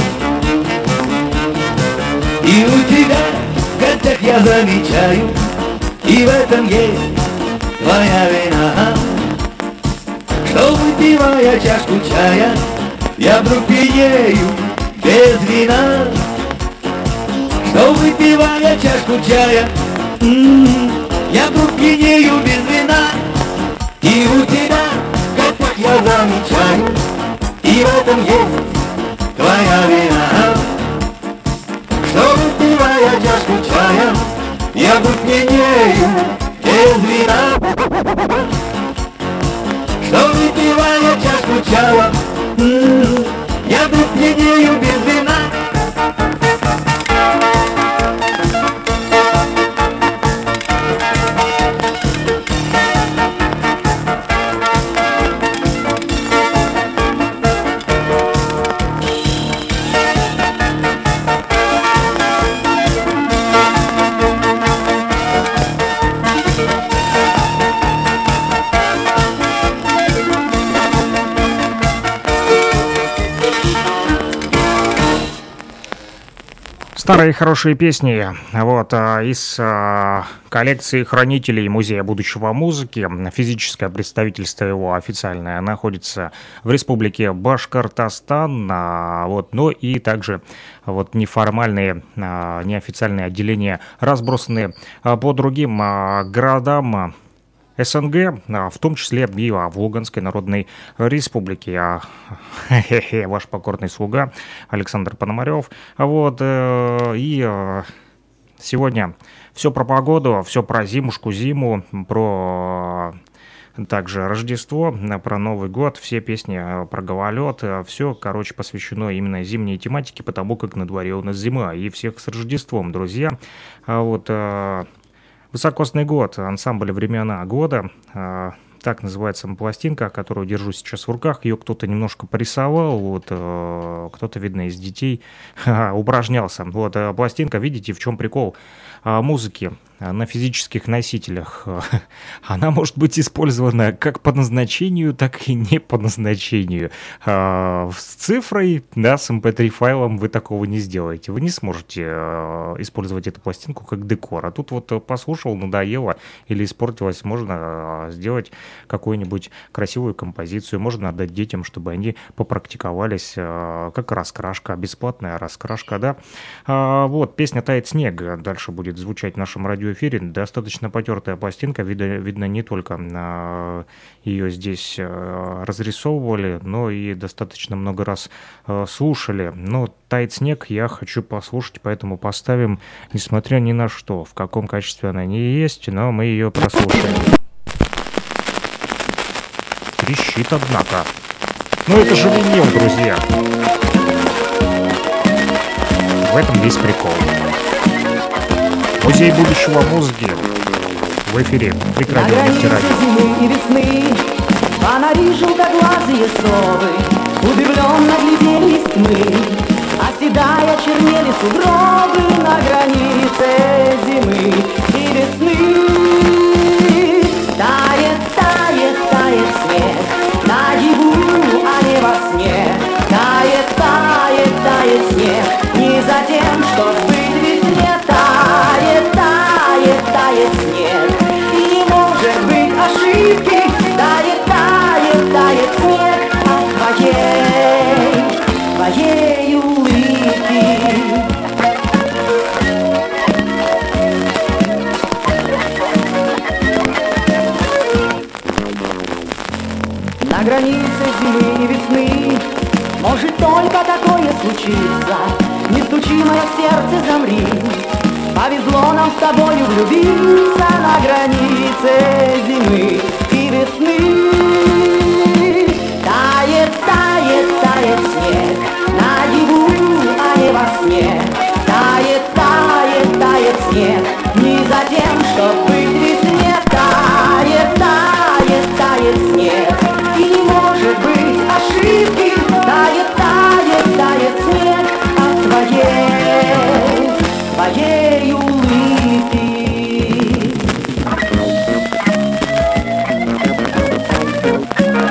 И у тебя в гостях я замечаю, и в этом есть твоя вина, что выпивая чашку чая, я вдруг пьянею без вина. Что выпивая чашку чая, я вдруг пьянею без вина. И у тебя, как я замечаю, и в этом есть моя вина, что выпивая чашку чая, я будь пьянею без вина. Что выпивая чашку чая, я будь пьянею без вина. Старые хорошие песни вот, из коллекции хранителей Музея будущего музыки. Физическое представительство его официальное находится в Республике Башкортостан, вот, но и также вот, неформальные, неофициальные отделения разбросаны по другим городам СНГ, в том числе и в Луганской Народной Республике. Ваш покорный слуга Александр Пономарев. Вот, и сегодня все про погоду, все про зиму, про также Рождество, про Новый год, все песни про гололед, все, короче, посвящено именно зимней тематике, потому как на дворе у нас зима. И всех с Рождеством, друзья. Вот, «Высокосный год», ансамбль «Времена года», так называется пластинка, которую держу сейчас в руках. Ее кто-то немножко порисовал, вот, кто-то, видно, из детей упражнялся. Вот, пластинка, видите, в чем прикол музыки на физических носителях. Она может быть использована как по назначению, так и не по назначению. С цифрой, да, с MP3 файлом вы такого не сделаете. Вы не сможете использовать эту пластинку как декор. А тут вот послушал, надоело или испортилось, можно сделать какую-нибудь красивую композицию, можно отдать детям, чтобы они попрактиковались, как раскрашка, бесплатная раскрашка, да. Вот, песня «Тает снег» дальше будет звучать в нашем радиоэфире. Достаточно потертая пластинка, видно, не только ее здесь разрисовывали, но и достаточно много раз слушали. Но «Тает снег» я хочу послушать, поэтому поставим, несмотря ни на что, в каком качестве она не есть, но мы ее прослушаем. Трещит, однако. Ну это же винил, друзья. В этом весь прикол. Музей будущего музыки в эфире Прикрадио Нефтерадио. Зимы и весны фонари желтоглазые совы удивленно глядели из тьмы, оседая чернели сугробы на границе зимы и весны. Тает, тает, тает снег наяву, а не во сне. Тает, тает, тает снег не за тем, что быть весне. Тает, тает, тает снег, и не может быть ошибки. Тает, тает, тает снег от твоей улыбки. На границе зимы и весны может только такое случиться. Не стучи, мое сердце, замри. Повезло нам с тобою влюбиться на границе зимы и весны. Тает, тает, тает снег наяву, а не во сне. Тает, тает, тает снег не за тем, чтоб быть весне. Тает, тает, тает снег, и не может быть ошибки. Тает, тает, тает снег от твоей улыбки.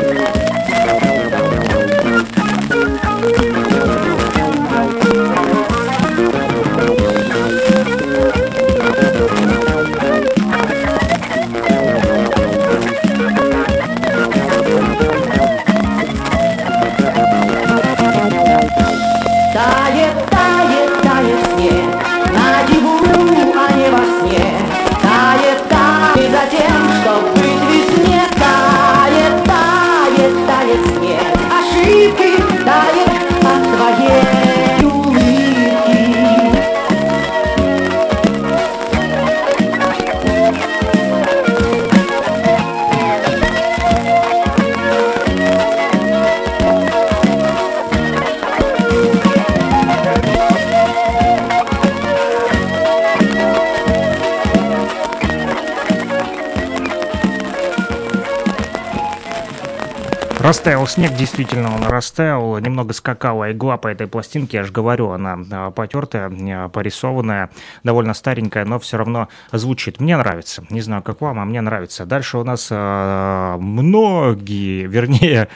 Растаял снег, действительно он растаял, немного скакала игла по этой пластинке, я же говорю, она потертая, порисованная, довольно старенькая, но все равно звучит. Мне нравится, не знаю, как вам, а мне нравится. Дальше у нас многие, вернее,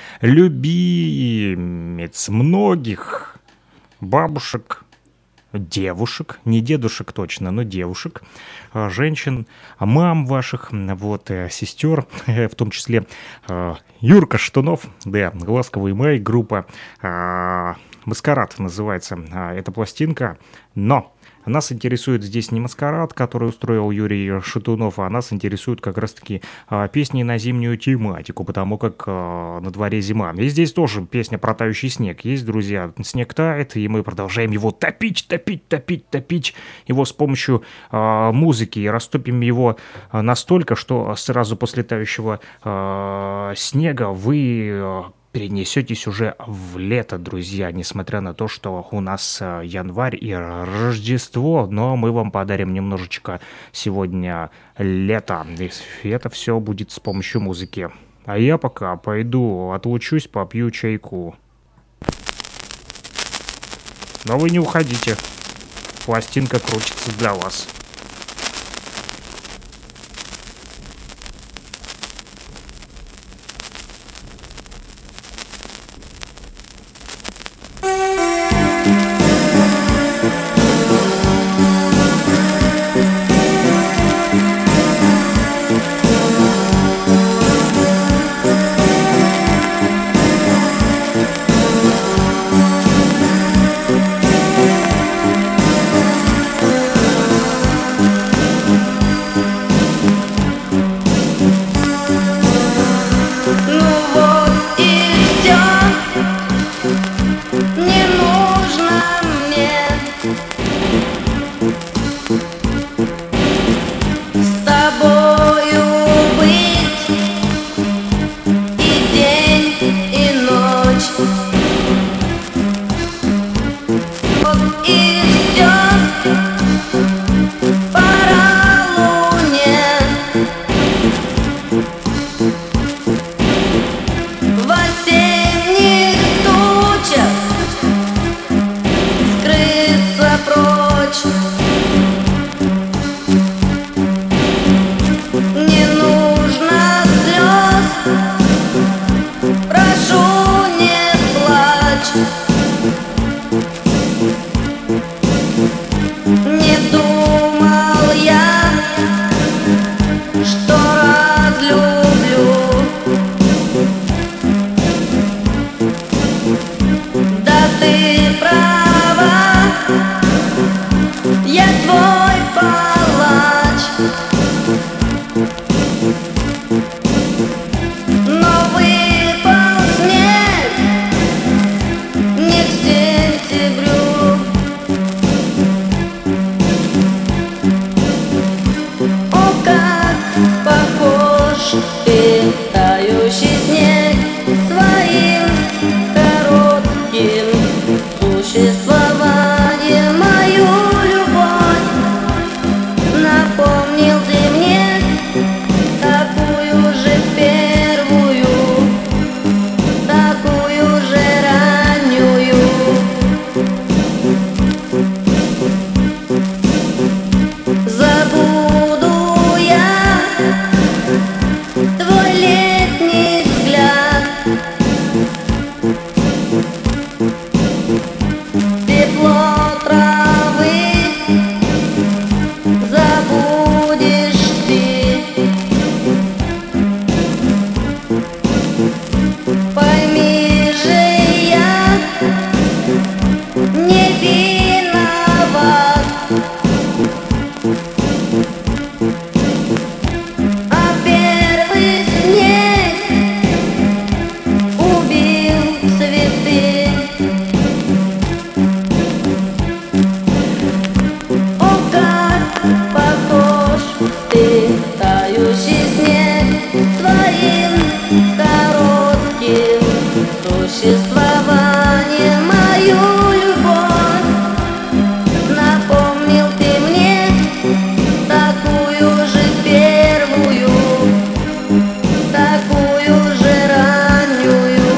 любимец многих бабушек, девушек, не дедушек точно, но девушек, женщин, мам ваших, вот, сестер, в том числе Юрка Шатунов, да, «Ласковый май», группа «Маскарад» называется эта пластинка, но нас интересует здесь не «Маскарад», который устроил Юрий Шатунов, а нас интересуют как раз-таки песни на зимнюю тематику, потому как на дворе зима. И здесь тоже песня про тающий снег есть, друзья. Снег тает, и мы продолжаем его топить его с помощью музыки. И растопим его настолько, что сразу после тающего снега вы перенесетесь уже в лето, друзья, несмотря на то, что у нас январь и Рождество, но мы вам подарим немножечко сегодня лета, и это все будет с помощью музыки. А я пока пойду отлучусь, попью чайку. Но вы не уходите, пластинка крутится для вас. Такую же раннюю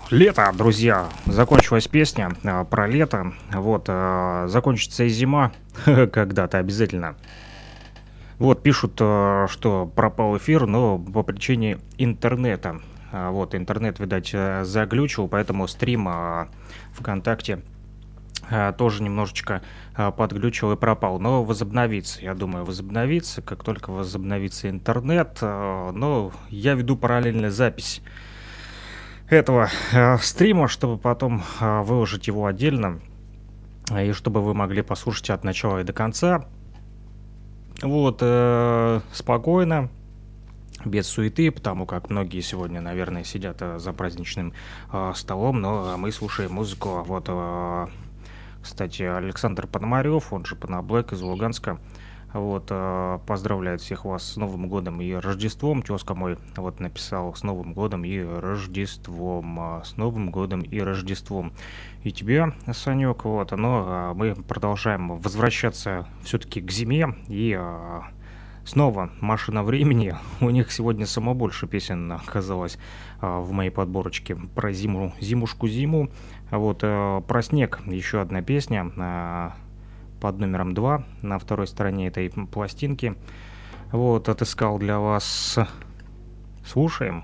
Лето, друзья, закончилась песня про лето. Вот, закончится и зима когда-то обязательно. Вот, пишут, что пропал эфир, но по причине интернета. Вот, интернет, видать, заглючил, поэтому стрим ВКонтакте тоже немножечко подглючил и пропал. Но возобновится, я думаю, возобновится, как только возобновится интернет. Но я веду параллельно запись этого стрима, чтобы потом выложить его отдельно, и чтобы вы могли послушать от начала и до конца. Вот, спокойно, без суеты, потому как многие сегодня, наверное, сидят за праздничным столом, но мы слушаем музыку. Вот, кстати, Александр Пономарев, он же Паноблэк из Луганска, вот, поздравляет всех вас с Новым годом и Рождеством. Тезка мой вот написал: с Новым годом и Рождеством, с Новым годом и Рождеством. И тебе, Санек, вот, но мы продолжаем возвращаться все-таки к зиме, и снова «Машина времени». У них сегодня само больше песен оказалось в моей подборочке про зиму, зимушку-зиму. Вот, про снег еще одна песня под номером 2 на второй стороне этой пластинки. Вот, отыскал для вас. Слушаем.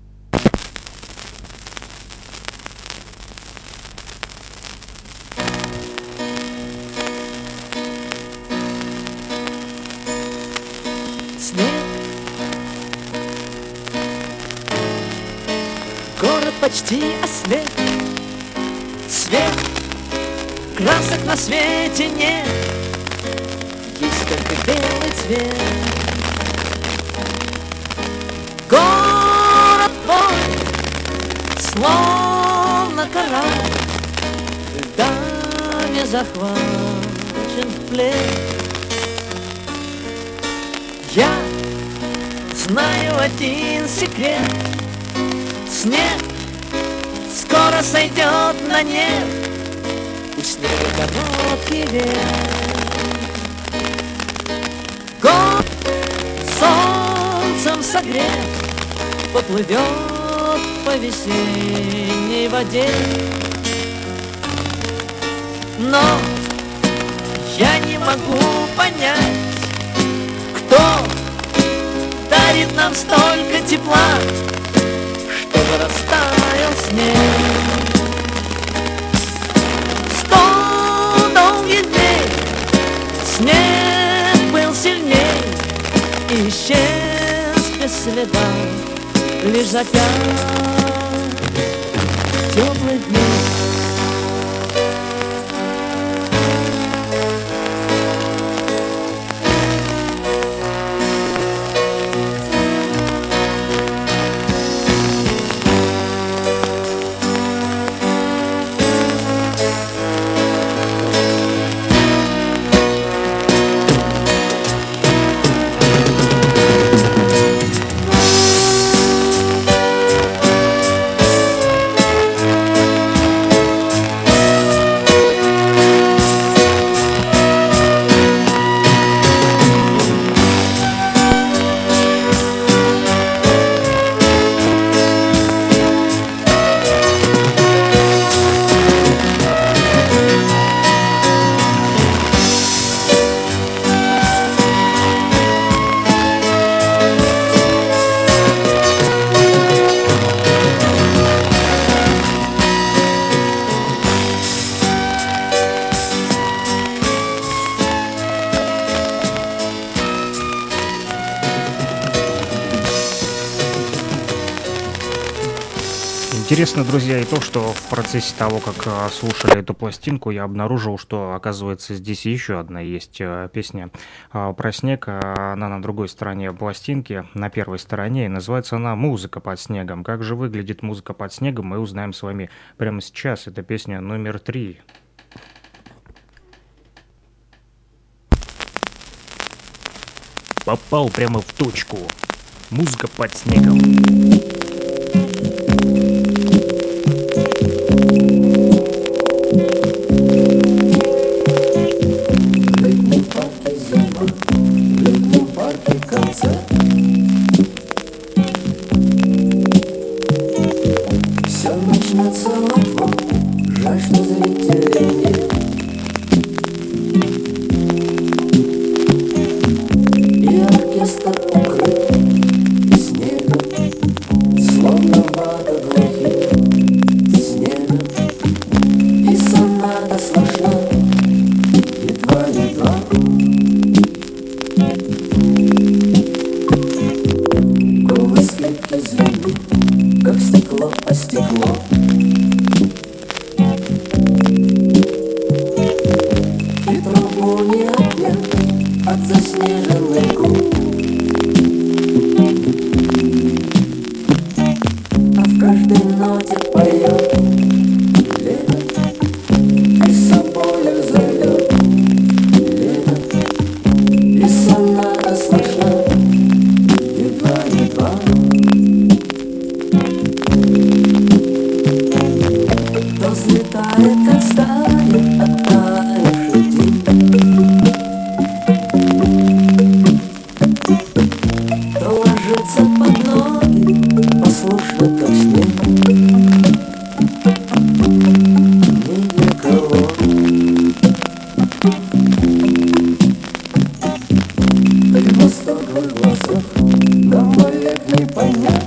Снег, город почти ослеп, свет, красок на свете нет, есть только белый цвет. Город твой, словно корабль, льдами захвачен в плен. Я знаю один секрет: снег скоро сойдет на нет, у снега короткий век. Город солнцем согрет, поплывет по весенней воде. Но я не могу понять, кто дарит нам столько тепла, чтобы растаял снег. 100 долгих дней снег был сильней и исчез без следа, лишь за 5 теплых дней. Интересно, друзья, и то, что в процессе того, как слушали эту пластинку, я обнаружил, что, оказывается, здесь еще одна есть песня про снег. Она на другой стороне пластинки, на первой стороне, и называется она «Музыка под снегом». Как же выглядит музыка под снегом, мы узнаем с вами прямо сейчас. Это песня номер 3. Попал прямо в точку. Музыка под снегом. Все начнется ни огня от заснеженных губ. А в каждой ноте поет лето, и собою зовет лето, и соната слышна едва-едва. То взлетает, как стая оттаивших дней, то ложится под ноги, послушно, как снег. Ни для кого. И восторг в глазах нам вовек не понять.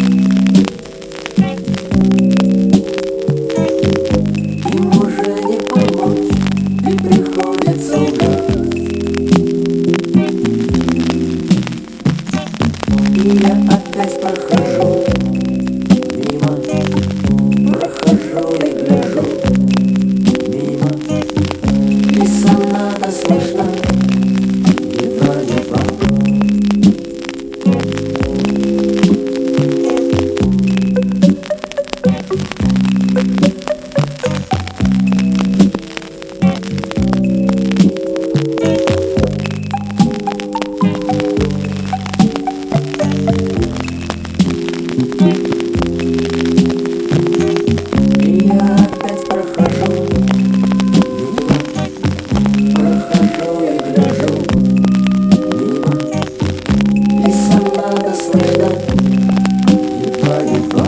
Им уже не помочь, и приходится лгать. И я опять прохожу мимо, прохожу и гляжу мимо, и соната слышна едва-едва. И я опять прохожу мимо, прохожу и гляжу мимо, и соната слышна едва-едва.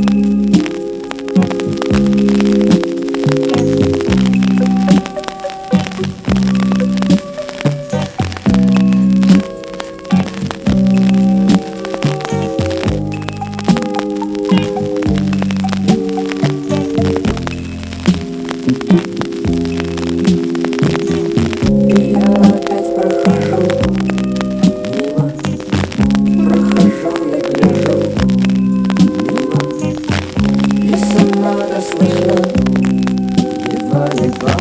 И я опять прохожу мимо, прохожу и гляжу мимо, и соната слышна едва-едва.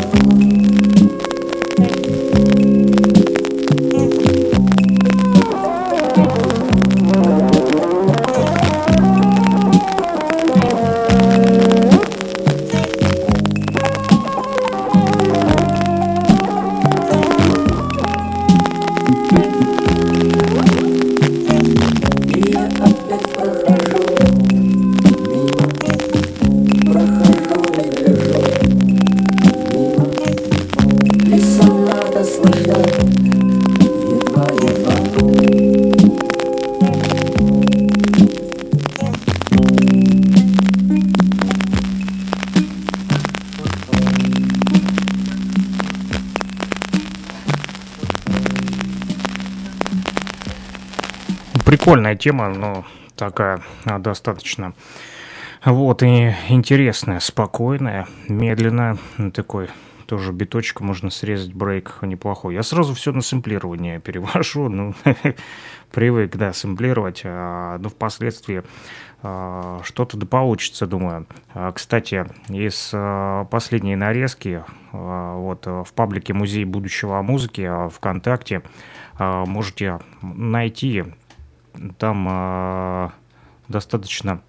И я опять прохожу мимо, прохожу и гляжу мимо, и соната слышна едва-едва. Прикольная тема, но такая достаточно вот и интересная, спокойная, медленная, такой тоже биточек можно срезать, брейк неплохой. Я сразу все на сэмплирование перевожу, ну, привык, да, сэмплировать, но впоследствии что-то да получится, думаю. Кстати, из последней нарезки вот в паблике «Музей будущего музыки» ВКонтакте можете найти. Там достаточно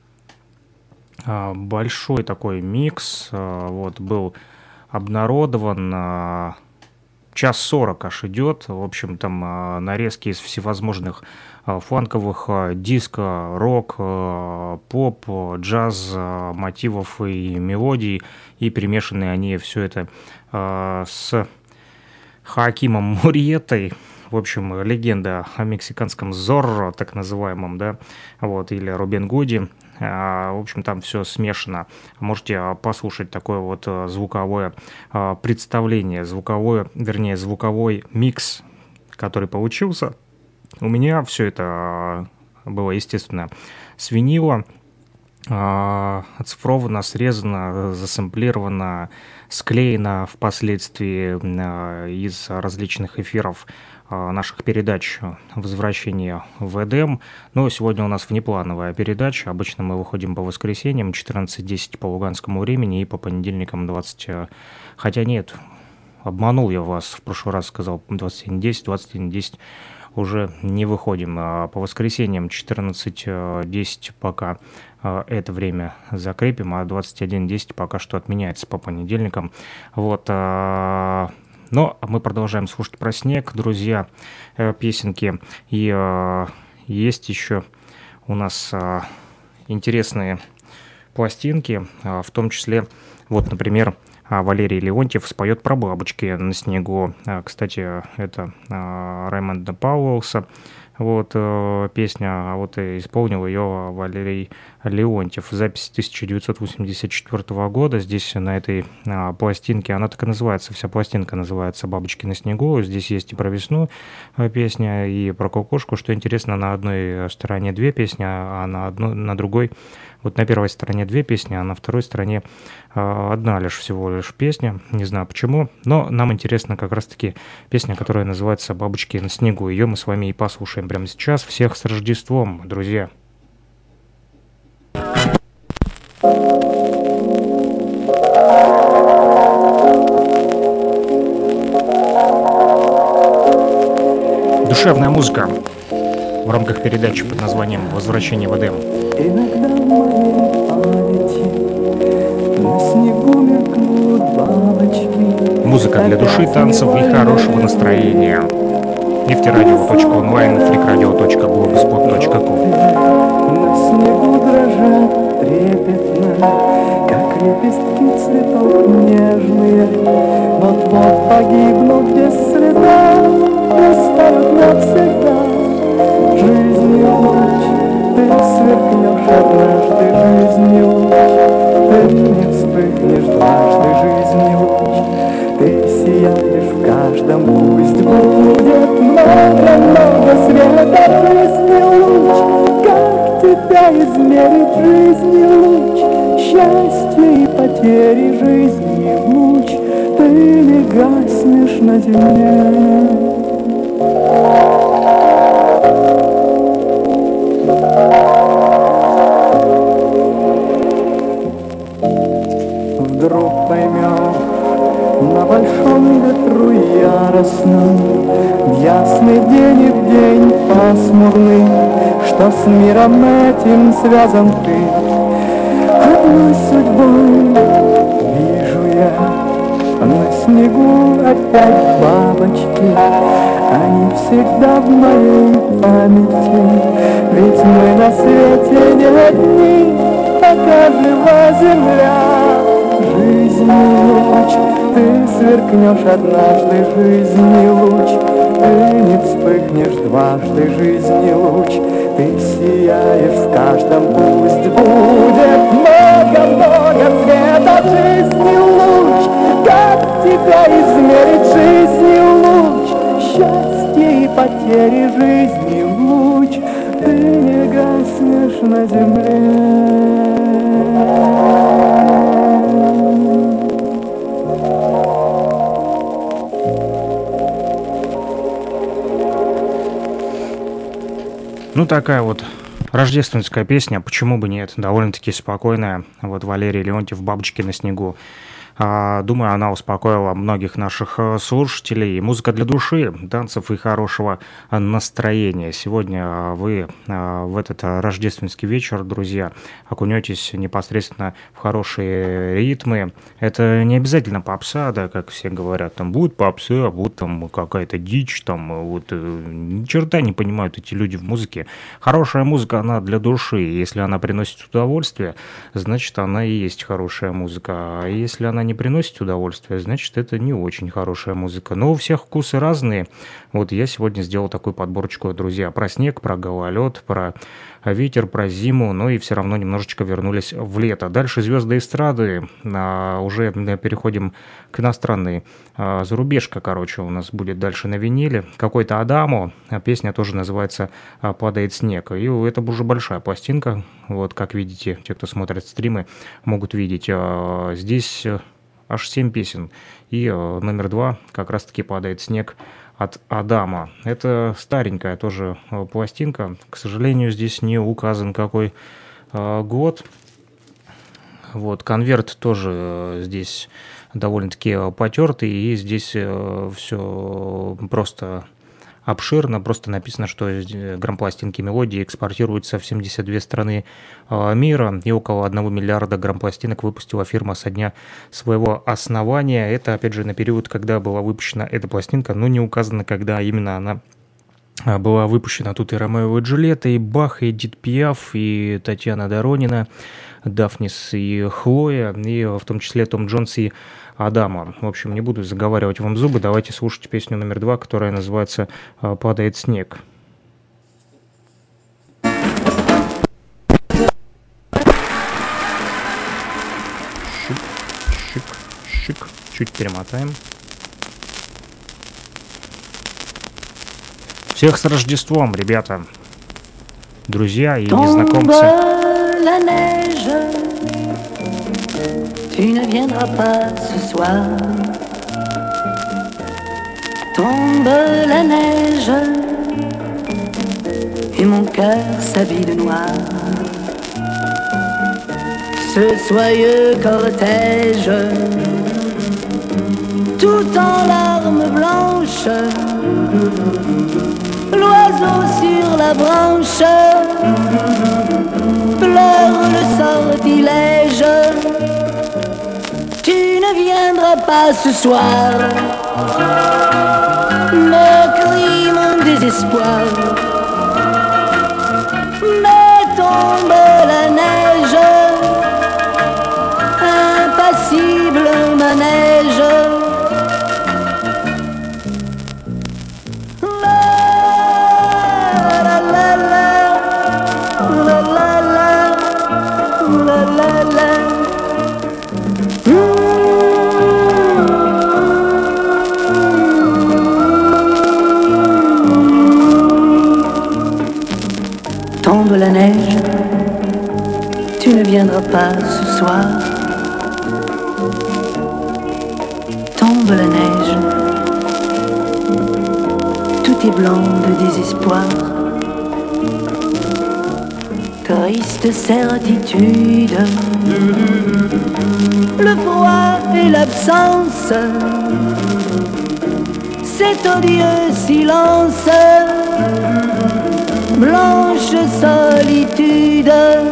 большой такой микс, вот, был обнародован, час 40 аж идет, в общем, там нарезки из всевозможных фанковых, диско, рок, поп, джаз, мотивов и мелодий, и перемешаны они все это с Хоакимом Мурриетой. В общем, легенда о мексиканском Зорро, так называемом, да, вот, или Робин Гуди. В общем, там все смешано. Можете послушать такое вот звуковое представление, звуковой микс, который получился. У меня все это было, естественно, с винила, оцифровано, срезано, засэмплировано, склеено впоследствии из различных эфиров наших передач «Возвращение в Эдем». Но сегодня у нас внеплановая передача. Обычно мы выходим по воскресеньям 14:10 по луганскому времени и по понедельникам 20... Хотя нет, обманул я вас, в прошлый раз сказал 21:10 уже не выходим. По воскресеньям 14:10 пока это время закрепим, а 21:10 пока что отменяется по понедельникам. Вот. Но мы продолжаем слушать про снег, друзья, песенки. И есть еще у нас интересные пластинки, в том числе, вот, например, Валерий Леонтьев споет про бабочки на снегу. Кстати, это Раймонда Пауэлса. Вот песня, а вот и исполнил ее Валерий Леонтьев. Запись 1984 года. Здесь на этой пластинке, она так и называется, вся пластинка называется «Бабочки на снегу». Здесь есть и про весну песня, и про кукушку. Что интересно, на одной стороне две песни, а на другой, вот на первой стороне две песни, а на второй стороне одна лишь всего лишь песня. Не знаю почему, но нам интересна как раз-таки песня, которая называется «Бабочки на снегу». Ее мы с вами и послушаем прямо сейчас. Всех с Рождеством, друзья! Душевная музыка в рамках передачи под названием «Возвращение в Эдем». Иногда в моей памяти на снегу мелькнут бабочки. Музыка для души, танцев и хорошего настроения. Нефтерадио.онлайн, freakradio.blogspot.com. На снегу дрожат трепетно, как лепестки цветов нежные. Вот-вот погибнут без следа, растают навсегда. Жизнью луч, ты сверкнешь однажды, жизнью луч, ты не вспыхнешь дважды, жизнью луч, ты сияешь в каждом, пусть будет много-много света, жизнью луч, как тебя измерить, жизнью луч, счастье и потери, жизнью луч, ты не гаснешь на земле. Вдруг поймем на большом ветру яростном, в ясный день и в день пасмурный, что с миром этим связан ты. Одной судьбой вижу я на снегу опять бабочки, они всегда в моей памяти, ведь мы на свете не одни, пока жива земля. Жизнью луч, ты сверкнешь однажды, жизнью луч, ты не вспыхнешь дважды, жизнью луч, ты сияешь в каждом, пусть будет много-много света, жизнью луч, как тебя измерить, жизнью луч, счастье и потери, жизнью луч, ты не гаснешь на земле. Ну, такая вот рождественская песня, почему бы нет, довольно-таки спокойная. Вот Валерий Леонтьев «Бабочки на снегу». Думаю, она успокоила многих наших слушателей. Музыка для души, танцев и хорошего настроения. Сегодня вы в этот рождественский вечер, друзья, окунетесь непосредственно в хорошие ритмы. Это не обязательно попса, да, как все говорят, там будет попса, а будет там какая-то дичь, там вот ни черта не понимают эти люди в музыке. Хорошая музыка, она для души. Если она приносит удовольствие, значит, она и есть хорошая музыка. А если она не приносит удовольствия, значит, это не очень хорошая музыка. Но у всех вкусы разные. Вот я сегодня сделал такую подборочку, друзья, про снег, про гололед, про ветер, про зиму, но и все равно немножечко вернулись в лето. Дальше звезды эстрады, уже переходим к иностранной. Зарубежка, короче, у нас будет дальше на виниле. Какой-то Адамо, песня тоже называется «Падает снег». И это уже большая пластинка, вот как видите, те, кто смотрит стримы, могут видеть. Здесь аж 7 песен. И номер 2 как раз-таки «Падает снег» от Адама. Это старенькая тоже пластинка. К сожалению, здесь не указан какой год. Вот, конверт тоже здесь довольно-таки потертый, и здесь все просто обширно, просто написано, что грампластинки мелодии экспортируются в 72 страны мира, и около 1 миллиарда грампластинок выпустила фирма со дня своего основания. Это, опять же, на период, когда была выпущена эта пластинка, но не указано, когда именно она была выпущена. Тут и Ромео и Джульетта, и Бах, и Эдит Пиаф, и Татьяна Доронина, Дафнис и Хлоя, и в том числе Том Джонс и Адама. В общем, не буду заговаривать вам зубы, давайте слушать песню номер 2, которая называется «Падает снег». Шик, чуть перемотаем. Всех с Рождеством, ребята, друзья и незнакомцы. La neige, tu ne viendras pas ce soir. Tombe la neige et mon cœur s'habille de noir. Ce soyeux cortège, tout en larmes blanches, l'oiseau sur la branche pleure le sortilège. Tu ne viendras pas ce soir, me crie mon désespoir. Mais tombe la neige, impassible manège. Tombe la neige, tu ne viendras pas ce soir. Tombe la neige, tout est blanc de désespoir. Triste certitude, le froid et l'absence, cet odieux silence, blanche solitude.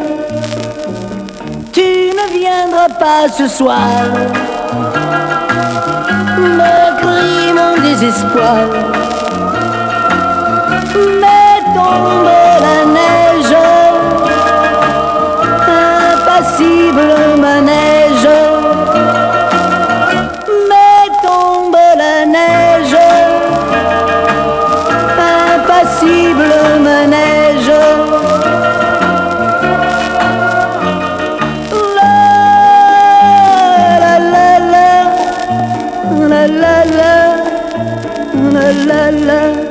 Tu ne viendras pas ce soir, me crie mon désespoir. Mais tombe la neige, impassible manège. Mais tombe la neige, impassible manège. La la la la la la la la la.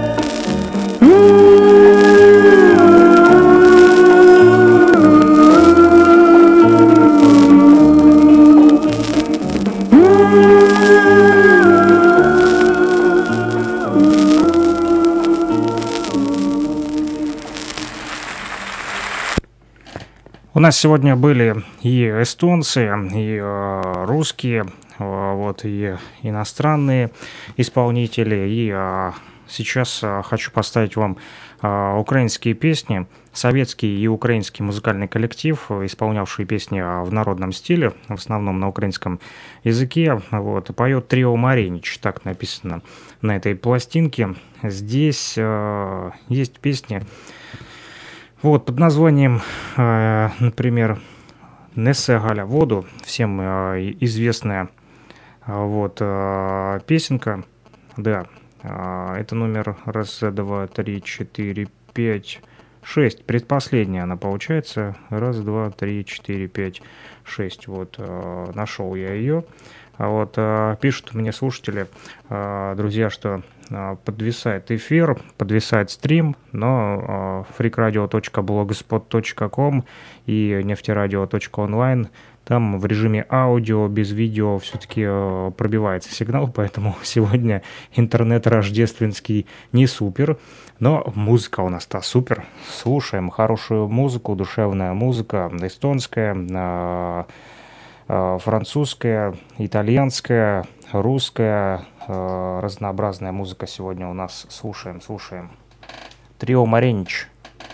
У нас сегодня были и эстонцы, и русские, вот, и иностранные исполнители. И сейчас хочу поставить вам украинские песни, советский и украинский музыкальный коллектив, исполнявший песни в народном стиле, в основном на украинском языке. Вот, поет трио Маринич, так написано на этой пластинке. Здесь есть песни вот, под названием, например, «Несе Галя воду», всем известная вот, песенка, да, это номер 1, 2, 3, 4, 5, 6, предпоследняя она получается, 1, 2, 3, 4, 5, 6, вот, нашел я ее. Вот, пишут мне слушатели, друзья, что подвисает эфир, подвисает стрим, но freakradio.blogspot.com и нефтерадио.онлайн, там в режиме аудио, без видео все-таки пробивается сигнал, поэтому сегодня интернет рождественский не супер, но музыка у нас-то супер. Слушаем хорошую музыку, душевная музыка, эстонская, французская, итальянская, русская, разнообразная музыка сегодня у нас. Слушаем, слушаем. Трио Маренич.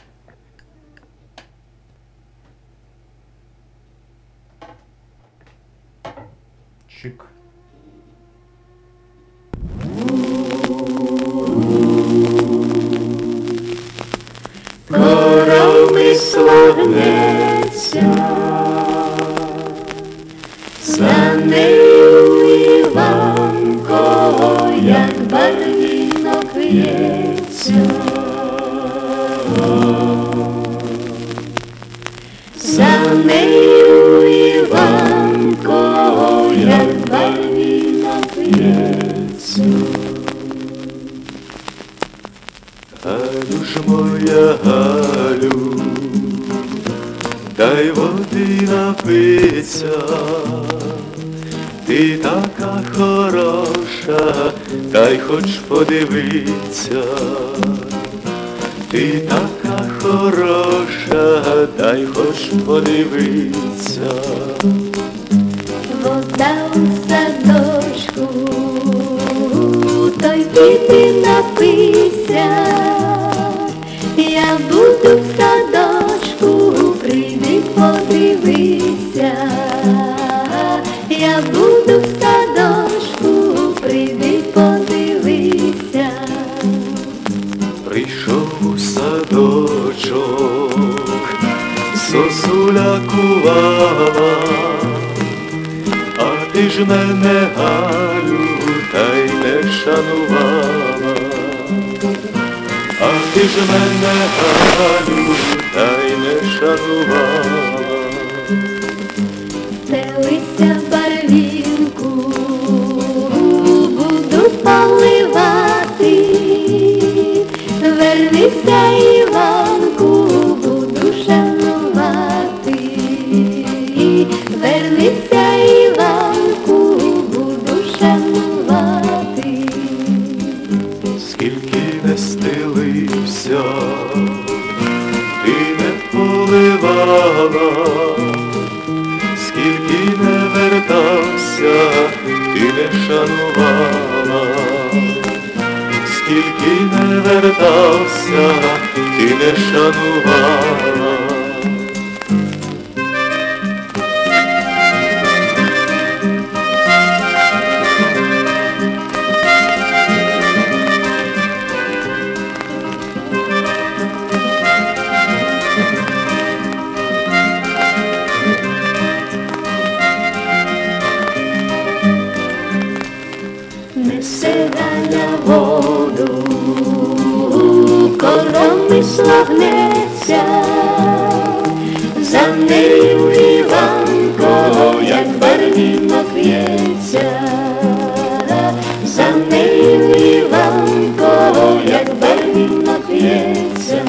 Чик. Корами славнеться, за нею Іванко, як барвінок в'ється. За нею Іванко, як барвінок в'ється. Галю ж моя Галю, дай води напиться, ти така хороша, дай хоч подивиться, ти така хороша, дай хоч подивиться. Вода у садочку, той піди напися, я буду в садочку, прийди подивися, я буду в садочку, прийди подивися. Прийшов у садочок, сосуля кувала, а ти ж мене, Галю, та й не шанувала. А ти ж мене, Галю, та й не шанувала. Стелися барвінку, буду поливати, вернися, Іванку, буду шанувати, вернися, Іванку, буду шанувати. Скільки не стелився, ти не поливала, скільки не вертався, ти не шанувала, скільки не вертався, ти не шанувала. Несе Галя воду, короми славнеться, за нею Іванко, як барвінок в'ється, за нею Іванко, як барвінок в'ється.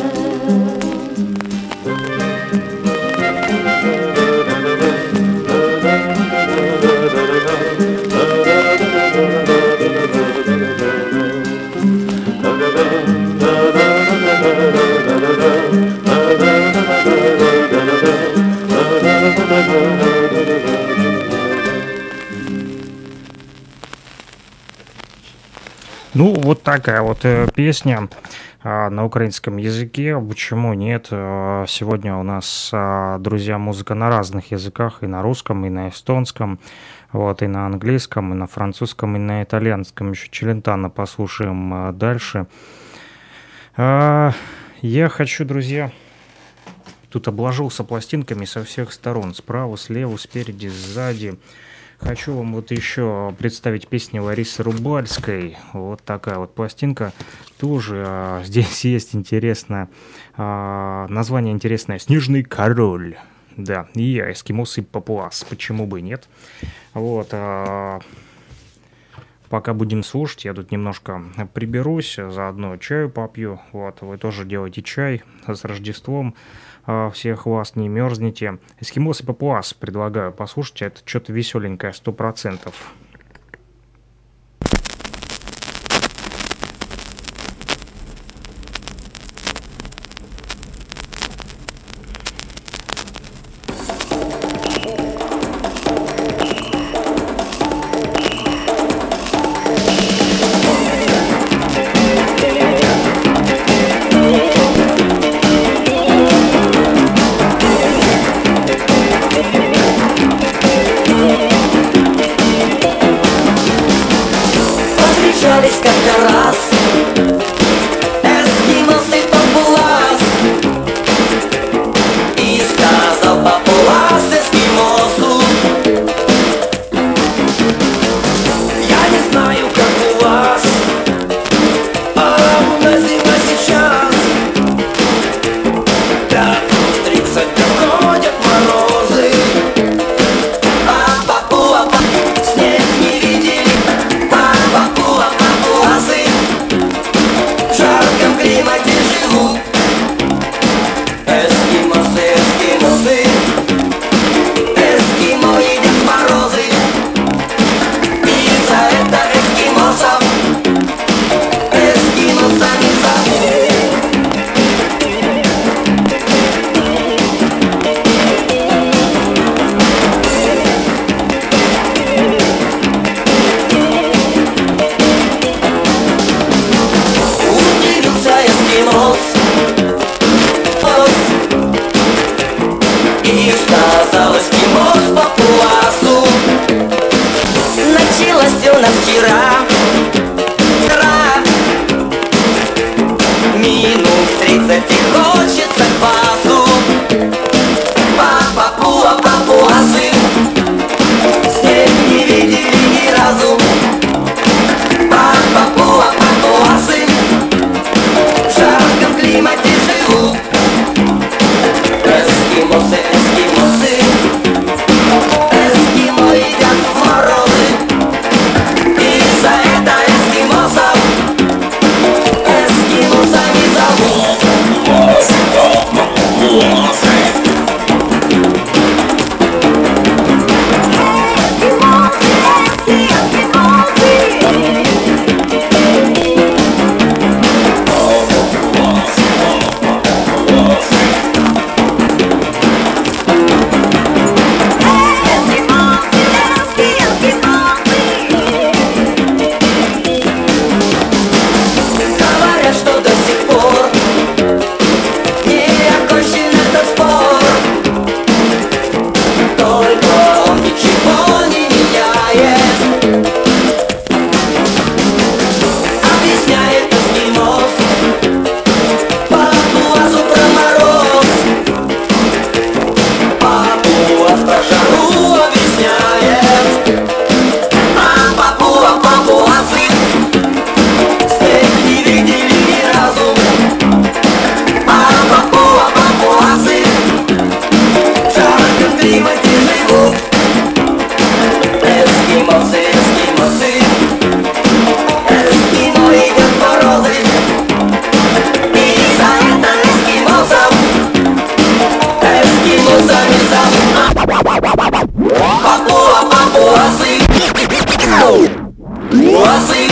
Ну, вот такая вот песня на украинском языке. Почему нет? Сегодня у нас, друзья, музыка на разных языках. И на русском, и на эстонском, вот, и на английском, и на французском, и на итальянском. Еще Челентано послушаем дальше. Я хочу, друзья... Тут обложился пластинками со всех сторон. Справа, слева, спереди, сзади. Хочу вам вот еще представить песни Ларисы Рубальской. Вот такая вот пластинка. Тоже здесь есть интересное название интересное. «Снежный король». Да, и «Эскимос и папуас». Почему бы нет? Вот. Пока будем слушать, я тут немножко приберусь, заодно чаю попью. Вот, вы тоже делайте чай с Рождеством. Всех вас, не мерзните. «Эскимос и папуас» предлагаю послушать. Это что-то веселенькое, 100%. несколько раз. Эскимос и папуас. И сказал папуас эскимосу: я не знаю, как у вас, а у нас зима сейчас. Да, плюс 30 доходят морозы. Снег не видели, папуасы в жарком климате живут. Эскимосы, эскимосы, эскимо едят морозы. И за это эскимосов эскимосами зовут. Удивился эскимос и сказал эскимос папуасу: началось у нас вчера. Минус 30 и хочется квасу. Папуасы снег не видели ни разу. Папуасы в жарком климате живут. Эскимосы, эскимосы, эскимо едят в морозы. И за это эскимосов эскимосами зовут. Говорят, что до сих пор не окончен этот спор. Только он ничего не меняет. Объясняет эскимос папуасу про мороз. Папуас про жару объясняет. А папуасы снег не видели ни разу. А папуасы в жарком климате живут. Эскимосы, эскимосы, эскимо едят морозы. И за это эскимосов эскимосами зовут. Папуасы, папуасы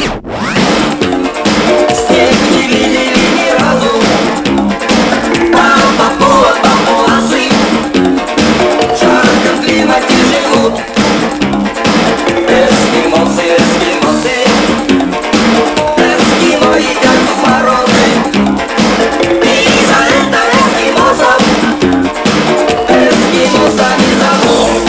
снег не видели ни разу. Папуасы в жарком климате живут. Эскимосы, эскимосы, эскимо едят в морозы. И за это эскимосов эскимосами зовут.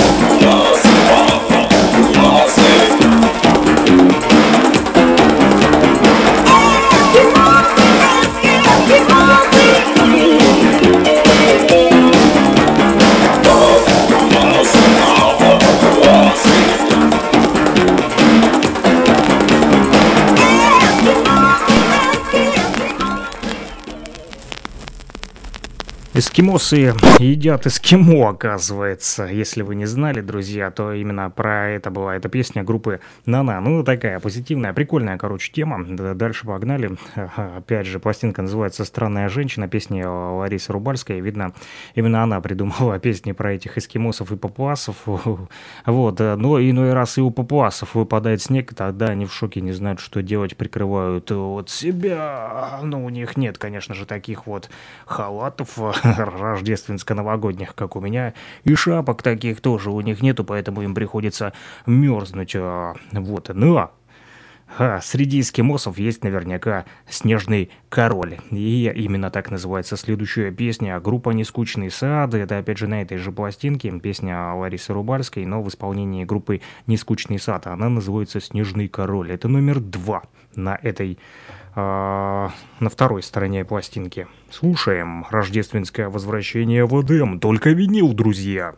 Эскимосы едят эскимо, оказывается. Если вы не знали, друзья, то именно про это была эта песня группы Нана. Ну, такая позитивная, прикольная, короче, тема. Дальше погнали. Опять же, пластинка называется «Странная женщина», песни Ларисы Рубальской. Видно, именно она придумала песни про этих эскимосов и папуасов. Вот. Но иной раз и у папуасов выпадает снег, тогда они в шоке, не знают, что делать, прикрывают от себя. Но у них нет, конечно же, таких вот халатов рождественско-новогодних, как у меня, и шапок таких тоже у них нету, поэтому им приходится мерзнуть. Вот, но Среди эскимосов есть наверняка «Снежный король». И именно так называется следующая песня. Группа «Нескучный сад». Это опять же на этой же пластинке. Песня Ларисы Рубальской, но в исполнении группы «Нескучный сад». Она называется «Снежный король». Это номер 2 на этой... на второй стороне пластинки. Слушаем «Рождественское возвращение в Эдем». Только винил, друзья.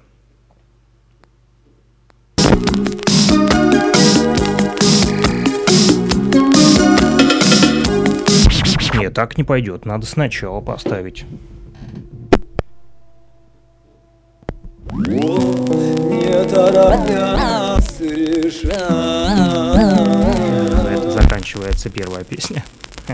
Нет, так не пойдет. Надо сначала поставить. На этом заканчивается первая песня.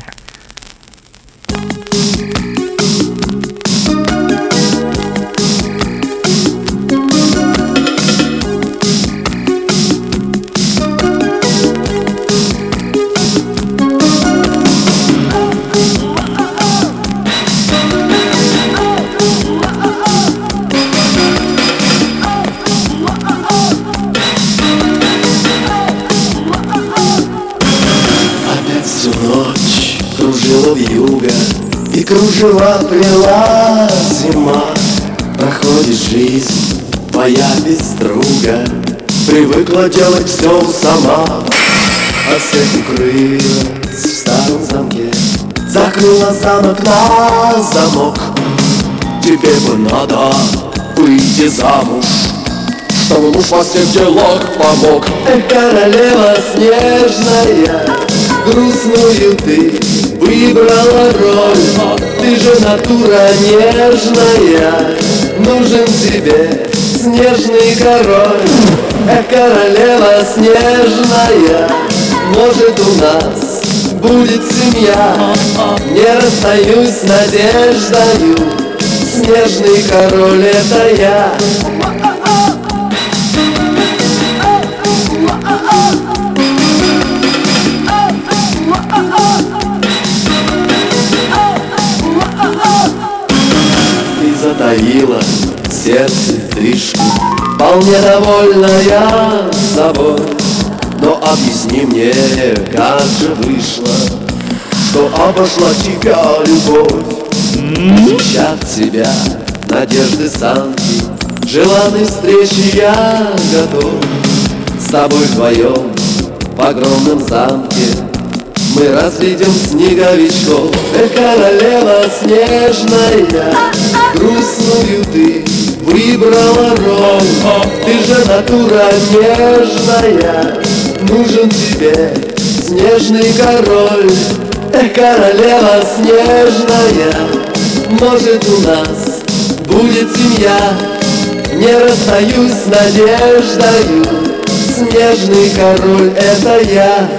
Вьюга и кружева плела зима. Проходит жизнь твоя без друга, привыкла делать все сама. А свет укрылась в старом замке, закрыла замок на замок. Теперь бы надо выйти замуж, чтобы муж во всех делах помог. Королева снежная, грустную ты выбрала роль. Ты же натура нежная, нужен тебе снежный король. Королева снежная, может у нас будет семья. Не расстаюсь с надеждою, снежный король это я. Затаила в сердце интрижку, вполне довольная собой. Но объясни мне, как же вышло, что обошла тебя любовь. Ища тебя надежды санки, желанной встречи я готов. С тобой вдвоем в огромном замке мы разведем снеговичков. Королева снежная, грустную ты выбрала роль. Ты же натура нежная, нужен тебе снежный король. Королева снежная, может у нас будет семья. Не расстаюсь с надеждою, снежный король это я.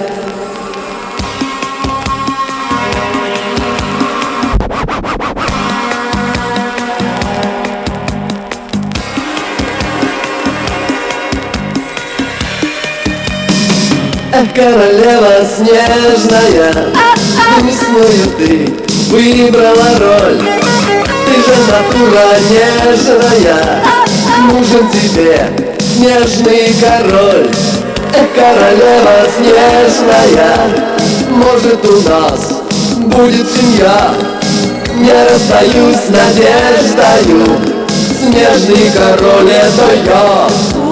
Королева снежная, грустную ты выбрала роль. Ты же натура нежная, нужен тебе снежный король. Королева снежная, может у нас будет семья. Не расстаюсь с надеждою, снежный король это я.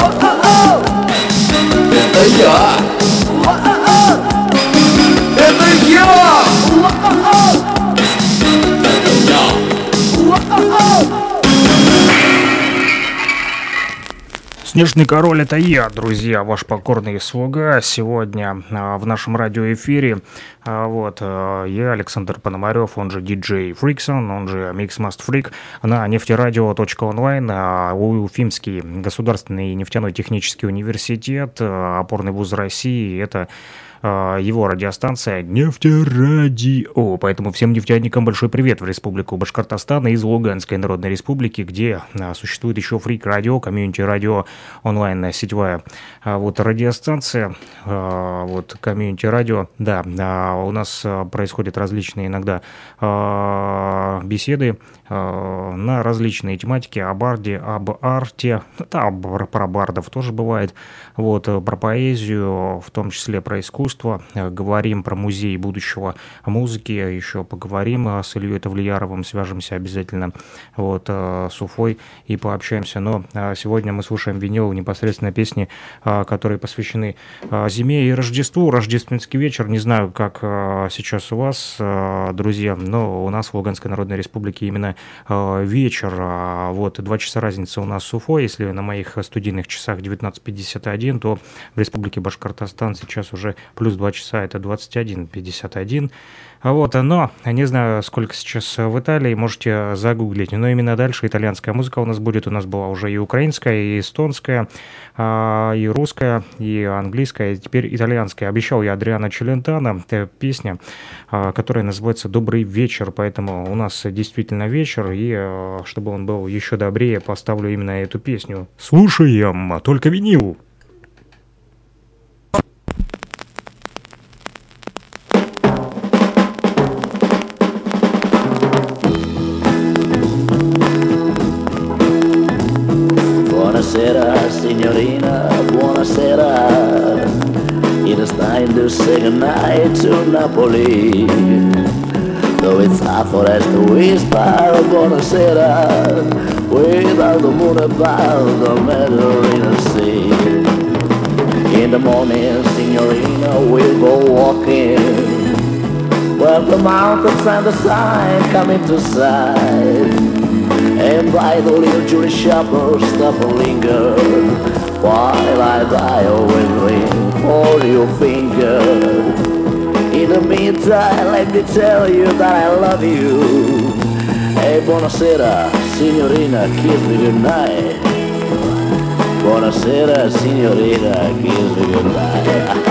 Это я. Это я! Снежный король это я, друзья, ваш покорный слуга. Сегодня в нашем радиоэфире я, Александр Пономарев, он же DJ Freakson, он же Mixmaster Freak, на нефтерадио.онлайн, Уфимский государственный нефтяной технический университет, опорный вуз России, это его радиостанция «Нефтерадио». Поэтому всем нефтяникам большой привет в Республику Башкортостан из Луганской Народной Республики, где существует еще фрик-радио, комьюнити-радио, онлайн-сетевая радиостанция, комьюнити-радио. Да, у нас происходят различные иногда беседы на различные тематики, о барде, об арте, про бардов тоже бывает, про поэзию, в том числе про искусство, искусства, говорим про музей будущего музыки, еще поговорим с Ильей Тавлияровым, свяжемся обязательно вот, с Уфой и пообщаемся. Но сегодня мы слушаем винил, непосредственно песни, которые посвящены зиме и Рождеству, рождественский вечер. Не знаю, как сейчас у вас, друзья, но у нас в Луганской Народной Республике именно вечер. Вот 2 часа разницы у нас с Уфой. Если на моих студийных часах 19:51, то в Республике Башкортостан сейчас уже плюс 2 часа, это 21:51. Вот, но не знаю, сколько сейчас в Италии, можете загуглить. Но именно дальше итальянская музыка у нас будет. У нас была уже и украинская, и эстонская, и русская, и английская, и теперь итальянская. Обещал я Адриано Челентано, это песня, которая называется «Добрый вечер», поэтому у нас действительно вечер, и чтобы он был еще добрее, поставлю именно эту песню. Слушаем, только винил. Buonasera signorina, buonasera. It is time to say goodnight to Napoli. Though it's hard for us to whisper buonasera, without the moon above the Mediterranean Sea. In the morning, signorina, we'll go walking, where the mountains and the sun come into sight. And by the little jewelry shopper, stop and linger, while I die always ring for your finger. In the meantime, let me tell you that I love you. Hey, buonasera, signorina, kiss me goodnight. Buonasera, signorina, kiss me goodnight.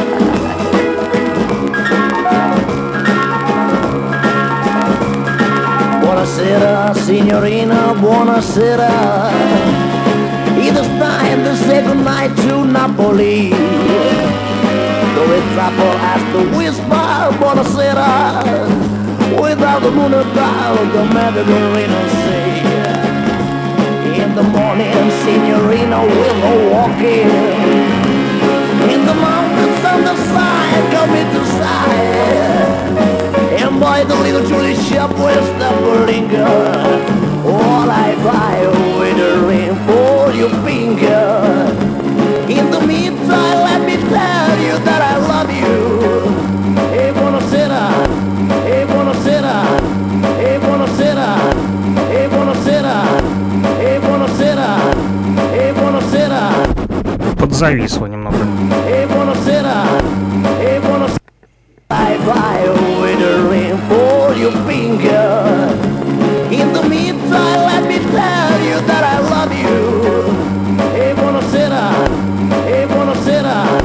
Buonasera, signorina, buonasera. It is time to say goodnight to Napoli. Though it's trouble as to whisper buonasera, without the moon above the Mediterranean Sea. In the morning, signorina, we'll go walking, in the mountains on the side, coming to sight. And by the little jewelry shop where the linger, all I buy with a ring for your finger. In the meantime, let me tell you that I love you. Hey, buonasera, hey, buonasera, hey, buonasera, hey, buonasera, hey, buonasera, hey, buonasera. Подзависло немного. Hey, buonasera, hey, buonasera. I buy with a ring for your finger. In the meantime, let me tell you that I love you. Hey, buonasera. Hey, buonasera.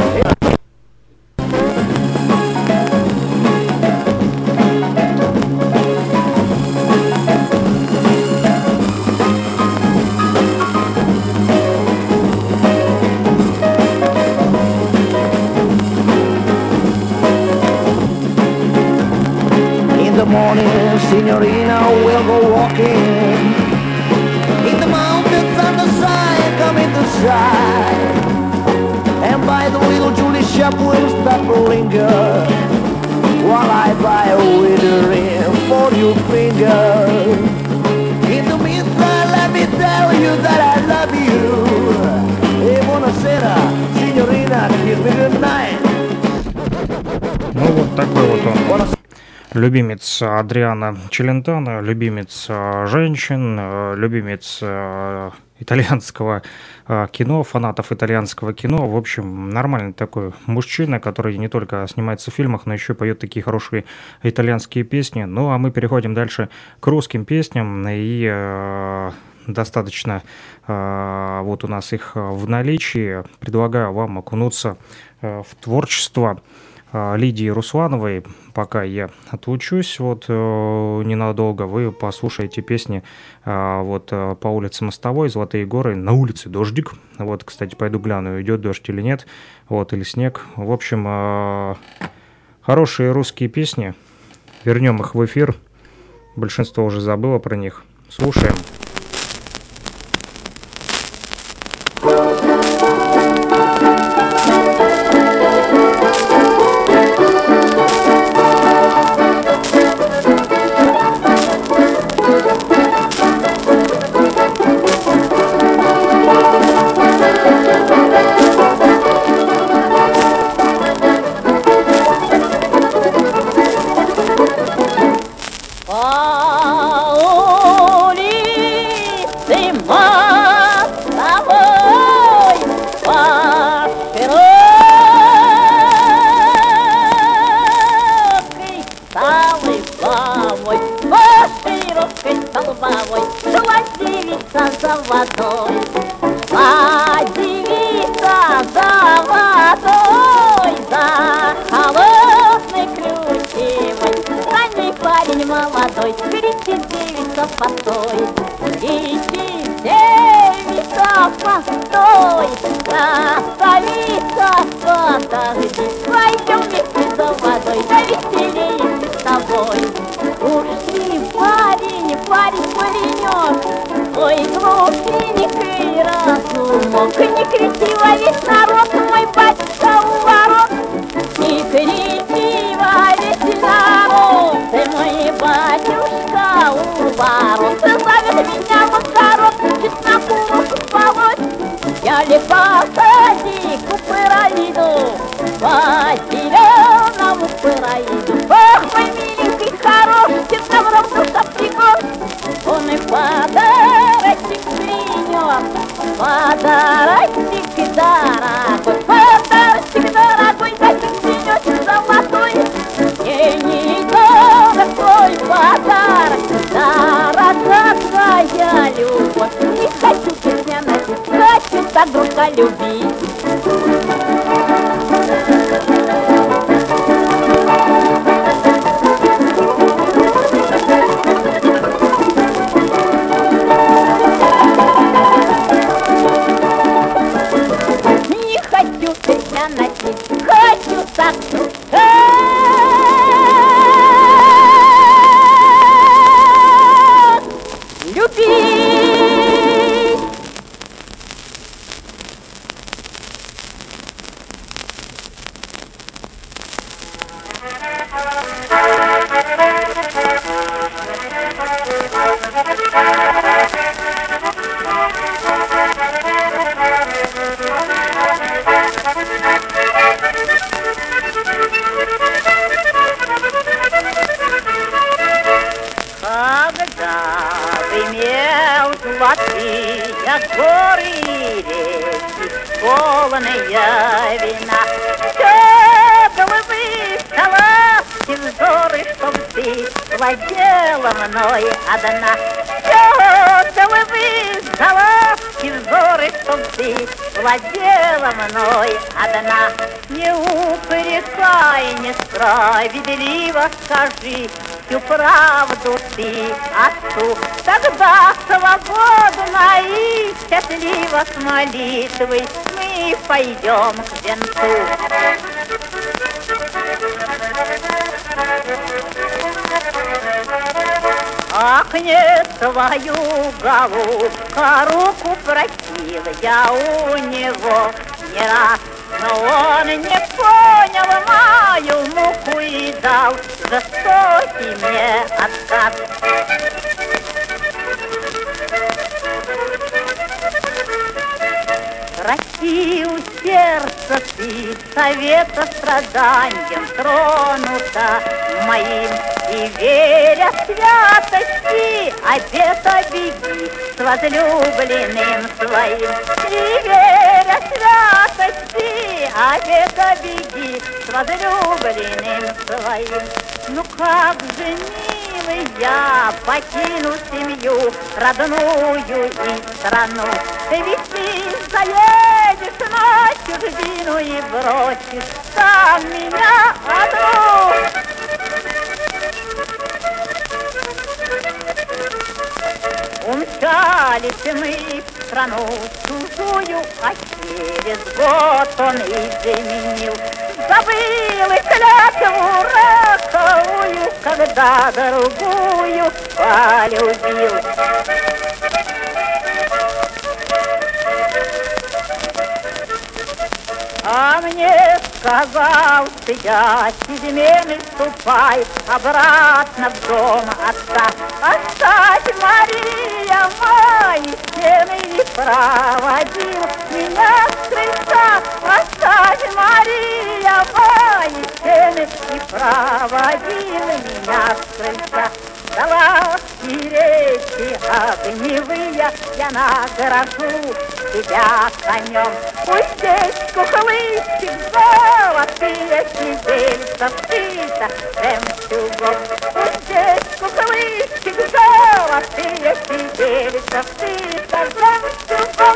Morning, signorina, we'll go walking, in the mountains on the side, coming to sight. And by the little jewelry shop we'll stop to linger, while I buy a winter ring for your finger. In the meantime, let me tell you that I love you. Hey, buonasera, signorina, kiss me goodnight. Ну вот такой вот он. Любимец Адриано Челентано, любимец женщин, любимец итальянского кино, фанатов итальянского кино. В общем, нормальный такой мужчина, который не только снимается в фильмах, но еще поет такие хорошие итальянские песни. Ну, а мы переходим дальше к русским песням. И достаточно вот у нас их в наличии. Предлагаю вам окунуться в творчество Лидии Руслановой. Пока я отлучусь вот ненадолго, вы послушаете песни вот по улице Мостовой, Золотые горы, на улице дождик. Вот, кстати, пойду гляну, идет дождь или нет, вот, или снег. В общем, хорошие русские песни. Вернем их в эфир. Большинство уже забыло про них. Слушаем. столбовой шла девица за водой. Шла девица за водой, за холодной ключевой. Ранний парень молодой, кричит девица постой. Кричит девица постой, красавица подожди. Пойдем вместе за водой, да веселее с тобой. Ушли парень, паренек, ой, глупенек и разумок. Не кричи во весь народ, мой батюшка у ворот. Не кричи во весь народ, ты мой батюшка у ворот. Зовет меня Маскарот, чесноку полоть. Я ли посади-ку пыроиду, по зеленому пыроиду. Ох, мой миленький хороший, всем добром душа пригож. Он и подарочек принес, подарочек дорогой, подарочек дорогой, зачем принес золотой? Мне не дорогой подарок, дорога твоя любовь. Не хочу тебя носить, хочу так друга любить. Хочу так любить. Когда имел золотые горы и реки, полные вина, все головы соловки взоры, чтоб ты владела мной одна. Все головы соловки взоры, чтоб ты владела мной одна. Не упрекай несправедливо, скажи всю правду ты отцу. Тогда свободно и счастливо с молитвой мы пойдем к венцу. Ах, не твою голубка руку просил я у него не раз, но он не понял мою муку и дал жестокий мне отказ. Расти у сердца ты, совета страданием тронута моим, и веря святости, обета беги с возлюбленным своим. И веря святости, обета беги с возлюбленным своим. Ну как же, милый, я покину семью родную и страну, ведь ты заедешь на чужбину и бросишь там меня одну. Умчались мы в страну чужую, а через год он изменил. Забыл и клятву роковую, когда другую полюбил. А мне сказал я, измены ступай обратно в дом отца. Оставь, Мария, мои стены, и проводил меня с крыльца. Оставь, Мария, мои стены, и проводил меня с крыльца. Дала и речи огневые, я награжу тебя конем. Пусть здесь кухлычек золотые сидельца птица жемчугом. Пусть здесь кухлычек золотые золотые сиделись, ты дождя.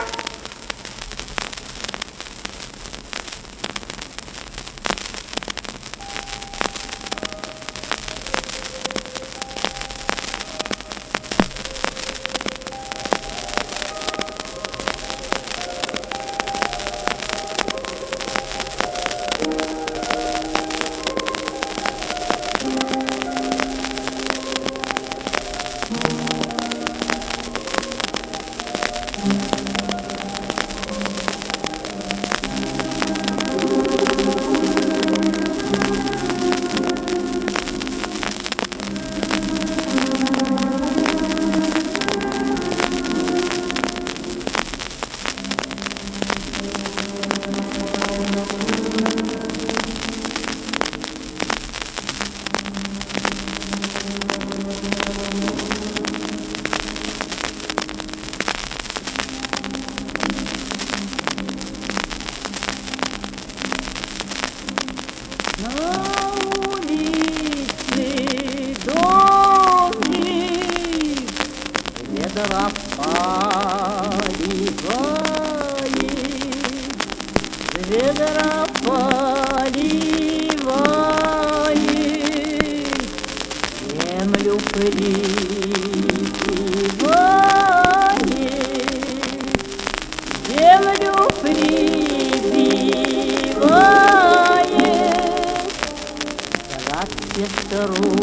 Ведра поливает, землю прибивает, землю прибивает, как сестру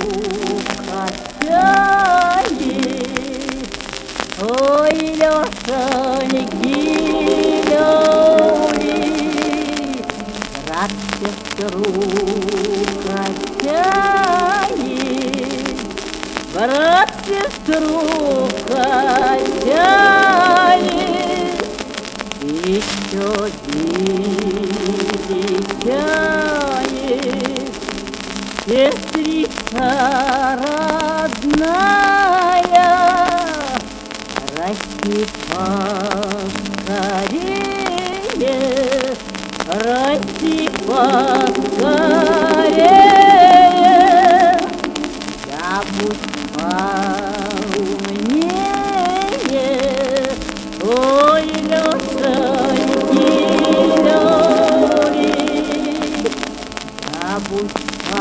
качает. Ой, Лешеньки, брат сестру качает, брат сестру качает, еще величает, сестрица родная, расти поскорее, расти поскорее, я будь поумнее, ой, Лешеньки, Лёли, я будь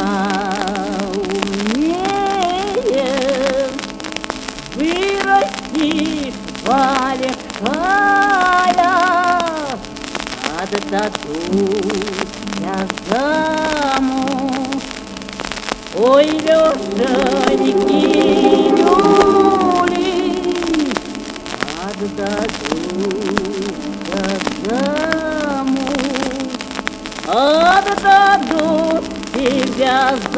поумнее, вырасти большая, отдадут я замуж. Ой, Лешеньки, Люли, отдадут я замуж, отдадут тебя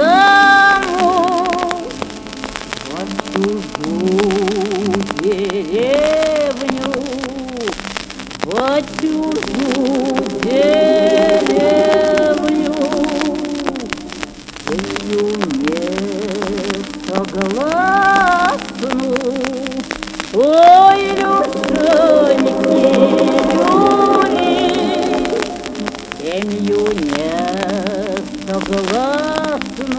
замуж. Вот чужую деревню, вот чужую деревню, ею не согласну. Ой, Лешеньки, Люли, семью не согласну.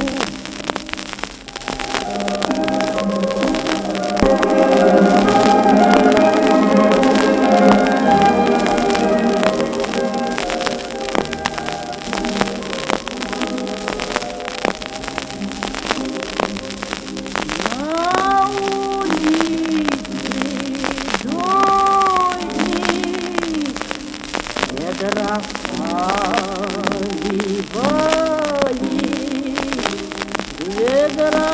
Ведра поливает, ведра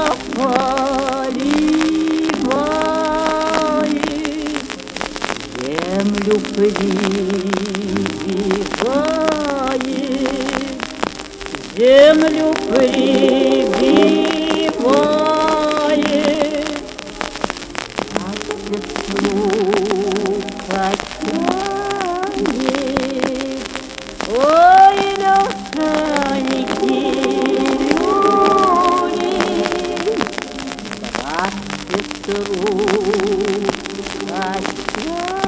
поливает, землю прибивает, землю прибивает, а сестру качает. Ой, Лешеньки, Люли, брат сестру качает.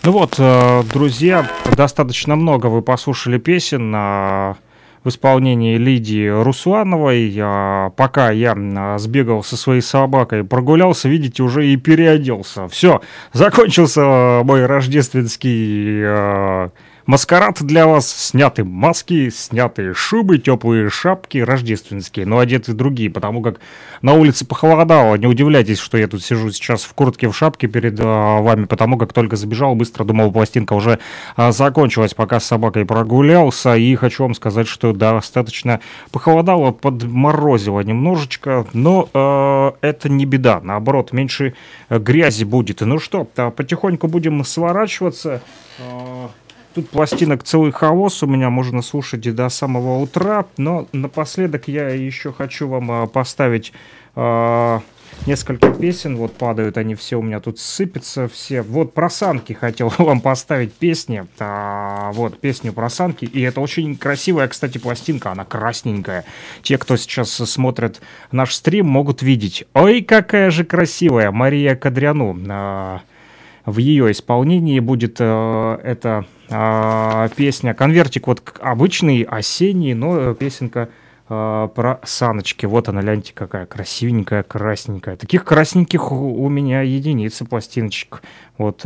Ну вот, друзья, достаточно много вы послушали песен в исполнении Лидии Руслановой. Пока я сбегал со своей собакой, прогулялся, видите, уже и переоделся. Все, закончился мой рождественский маскарад для вас. Сняты маски, сняты шубы, теплые шапки рождественские, но одеты другие, потому как на улице похолодало. Не удивляйтесь, что я тут сижу сейчас в куртке, в шапке перед вами, потому как только забежал, быстро думал, пластинка уже закончилась, пока с собакой прогулялся. И хочу вам сказать, что достаточно похолодало, подморозило немножечко, но это не беда, наоборот, меньше грязи будет. Ну что, потихоньку будем сворачиваться. Тут пластинок целый хаос, у меня можно слушать и до самого утра, но напоследок я еще хочу вам поставить несколько песен, вот падают они все, у меня тут сыпятся все. Вот про санки хотел вам поставить песни, вот песню про санки, и это очень красивая, кстати, пластинка, она красненькая. Те, кто сейчас смотрит наш стрим, могут видеть. Ой, какая же красивая Мария Кадряну. В ее исполнении будет эта песня. Конвертик вот обычный, осенний, но песенка про саночки. Вот она, гляньте, какая красивенькая, красненькая. Таких красненьких у меня единицы пластиночек. Вот,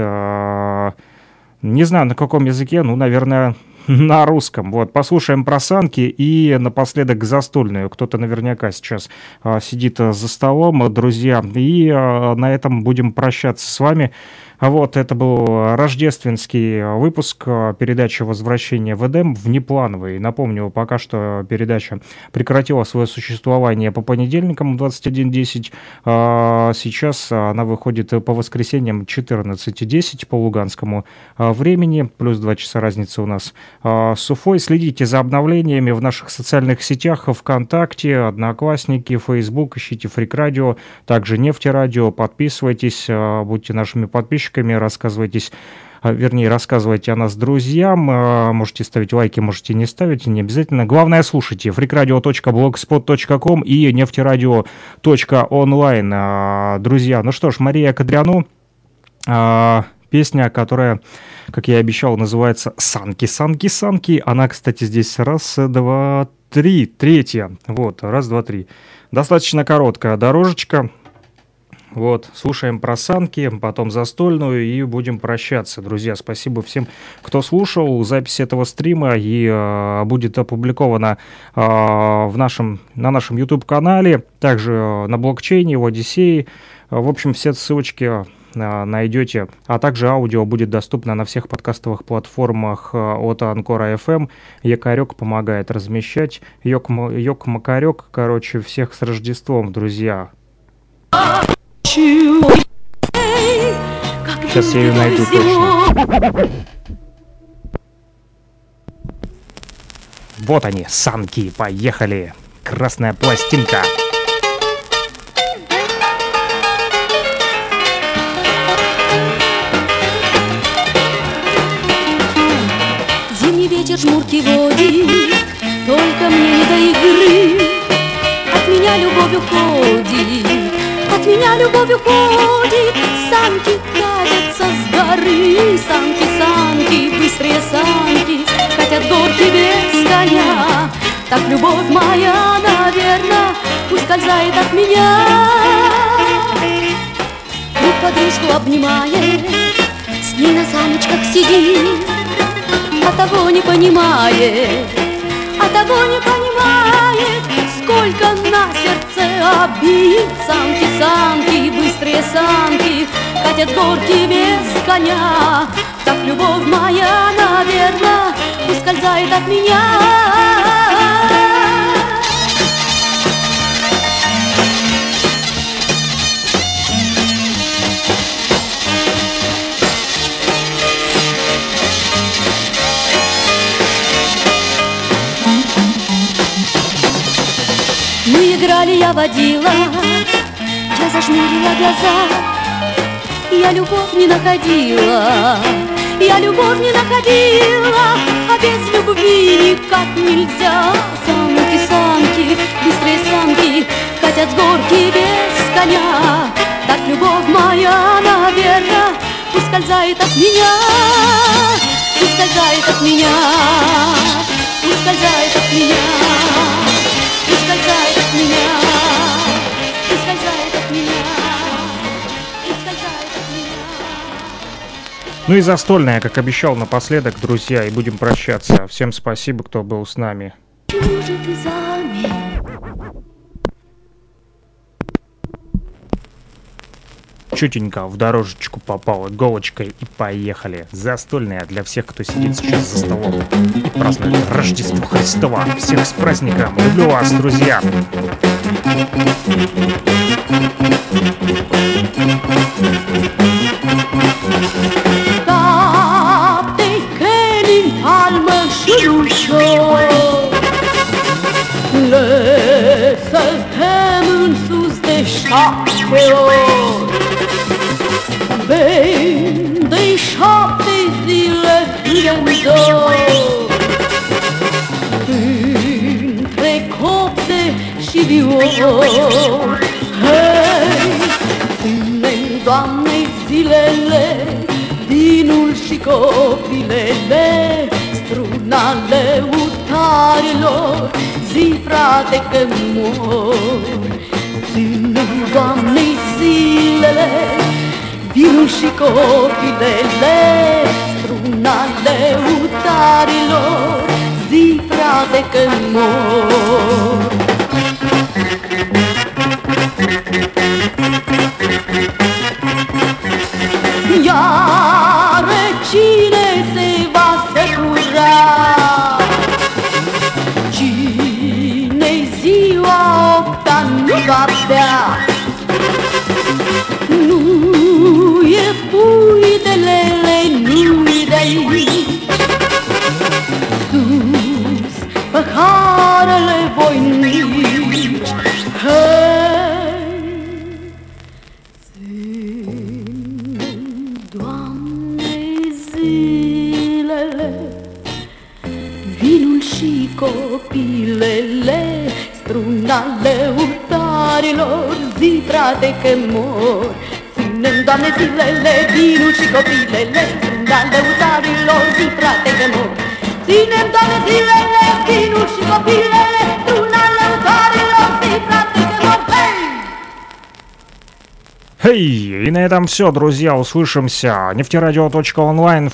не знаю, на каком языке, ну, наверное, на русском. Вот, послушаем про санки и напоследок застольную. Кто-то наверняка сейчас сидит за столом, друзья. И на этом будем прощаться с вами. Вот, это был рождественский выпуск передачи «Возвращение в Эдем» внеплановый. Напомню, пока что передача прекратила свое существование по понедельникам 21:10. Сейчас она выходит по воскресеньям 14:10 по луганскому времени. Плюс 2 часа разницы у нас с Уфой. Следите за обновлениями в наших социальных сетях: ВКонтакте, Одноклассники, Фейсбук. Ищите Фрик Радио, также Нефтерадио. Подписывайтесь, будьте нашими подписчиками. Рассказывайте о нас друзьям. Можете ставить лайки, можете не ставить, не обязательно. Главное, слушайте freakradio.blogspot.com и нефтерадио.онлайн. Друзья, ну что ж, Мария Кадряну, песня, которая, как я и обещал, называется «Санки, санки, санки». Она, кстати, здесь раз, два, три, третья. Вот, раз, два, три. Достаточно короткая дорожечка. Вот, слушаем про санки, потом застольную и будем прощаться. Друзья, спасибо всем, кто слушал. Запись этого стрима и будет опубликована на нашем YouTube-канале, также на блокчейне, в Одиссее. В общем, все ссылочки найдете. А также аудио будет доступно на всех подкастовых платформах от Анкора FM. Якорек помогает размещать. Йок-макарек, короче, всех с Рождеством, друзья. Сейчас я ее найду точно. Вот они, санки, поехали. Красная пластинка. Зимний вечер жмурки водит, только мне не до игры. От меня любовь уходит. От меня любовь уходит, санки катятся с горы. Санки, санки, быстрые санки, катят горки без коня. Так любовь моя, наверно, ускользает от меня. Друг подружку обнимает, с ней на саночках сидит, а того не понимает, сколько на сердце обид. Санки, санки, быстрые санки, катят горки без коня. Так любовь моя, наверно, ускользает от меня. Мы играли, я водила, я зажмурила глаза. Я любовь не находила, а без любви никак нельзя. Санки, санки, быстрые санки, катят с горки без коня. Так любовь моя, наверно, ускользает ускользает от меня, ускользает от меня, ускользает от меня, ускользает от меня, ускользает от меня, ускользает от меня. Ну и застольная, как обещал напоследок, друзья, и будем прощаться. Всем спасибо, кто был с нами. Чутенько в дорожечку попал иголочкой и поехали. Застольная для всех, кто сидит сейчас за столом и празднует Рождество Христова. Всех с праздником! Люблю вас, друзья! Lăsă-te în sus de 7 ori, bei de 7 zile plângând între copte și viori. Hei, ține-mi, Doamne, zilele, vinul și copilele, strunale utarilor, zi, frate, că mor. Ține-mi, Doamne, zilele, vinul și copilele, strunale utarilor, zi, frate, că mor. Iară cine se va sătura? Cine-i ziua 8-a noaptea? Nu e pui de lele, nu-i de aici. Sus păharele voinici, hei, ține-mi, Doamne, zilele, vinul și copilele, strunale utarilor, zi, frate, că mor. Ține-mi, Doamne, zilele, vinul și copilele, strunale utarilor, zi, frate, că mor. Ține-mi, Doamne, zilele, vinul și copilele, strunale utarilor, zi, frate, că mor. Hei! Хей! И на этом все, друзья, услышимся. Нефтерадио.онлайн,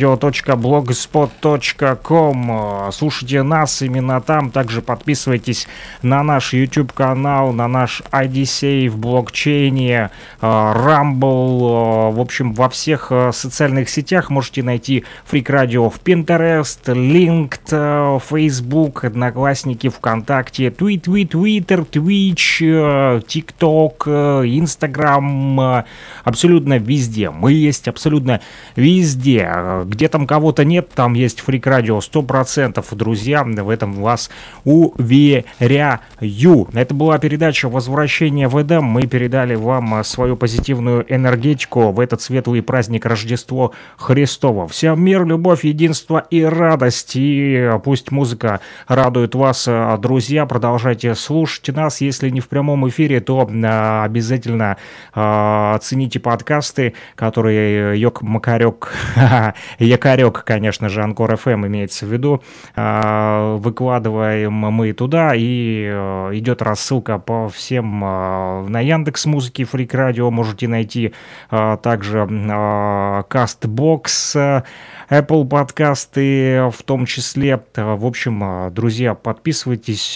freakradio.blogspot.com. Слушайте нас именно там. Также подписывайтесь на наш YouTube-канал, на наш IDSave, блокчейне, Rumble. В общем, во всех социальных сетях можете найти Freak Radio в Pinterest, LinkedIn, Facebook, Одноклассники, ВКонтакте, Twitter, Twitch, TikTok, Instagram. Абсолютно везде. Мы есть абсолютно везде. Где там кого-то нет, там есть Freak Radio 100%, друзья. В этом вас уверяю. Это была передача «Возвращение в Эдем». Мы передали вам свою позитивную энергетику в этот светлый праздник Рождество Христово. Всем мир, любовь, единство и радость. И пусть музыка радует вас, друзья. Продолжайте слушать нас. Если не в прямом эфире, то обязательно оцените подкасты, которые Ёк-Макарёк, Якорёк, конечно же, Анкор ФМ имеется в виду. Выкладываем мы туда, и идет рассылка по всем на Яндекс.Музыке, Freak Radio можете найти, также Castbox, Apple подкасты в том числе. В общем, друзья, подписывайтесь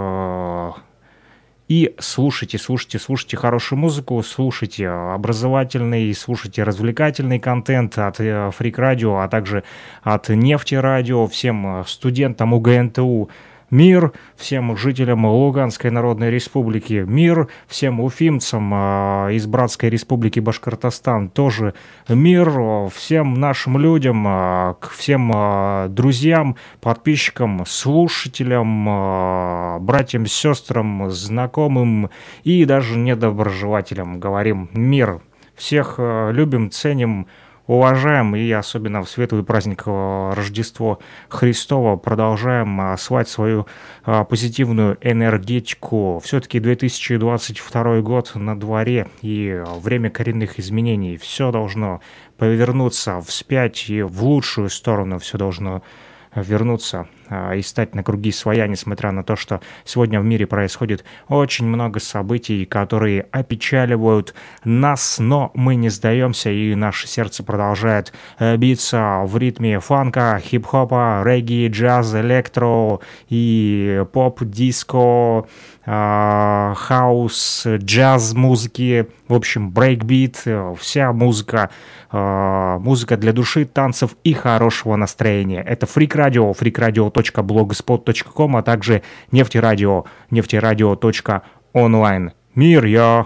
и слушайте хорошую музыку, слушайте образовательный, слушайте развлекательный контент от Freak Radio, а также от Нефти Радио. Всем студентам УГНТУ мир, всем жителям Луганской Народной Республики мир, всем уфимцам из Братской Республики Башкортостан тоже мир, всем нашим людям, всем друзьям, подписчикам, слушателям, братьям, сестрам, знакомым и даже недоброжелателям говорим мир. Всех любим, ценим, уважаем, и особенно в светлый праздник Рождество Христово продолжаем слать свою позитивную энергетику. Все-таки 2022 год на дворе, и время коренных изменений. Все должно повернуться вспять и в лучшую сторону, все должно вернуться и стать на круги своя, несмотря на то, что сегодня в мире происходит очень много событий, которые опечаливают нас, но мы не сдаемся, и наше сердце продолжает биться в ритме фанка, хип-хопа, регги, джаз, электро и поп-диско, хаус, джаз-музыки, в общем, брейкбит, вся музыка, музыка для души, танцев и хорошего настроения. Это Freak Radio, freakradio.blogspot.com, а также нефтерадио, нефтерадио.онлайн. Мир, я...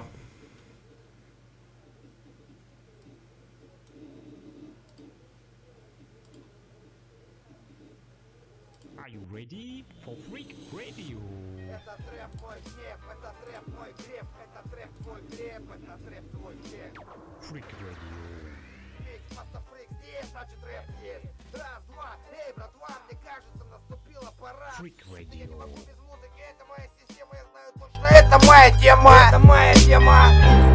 Это моя тема, это моя тема.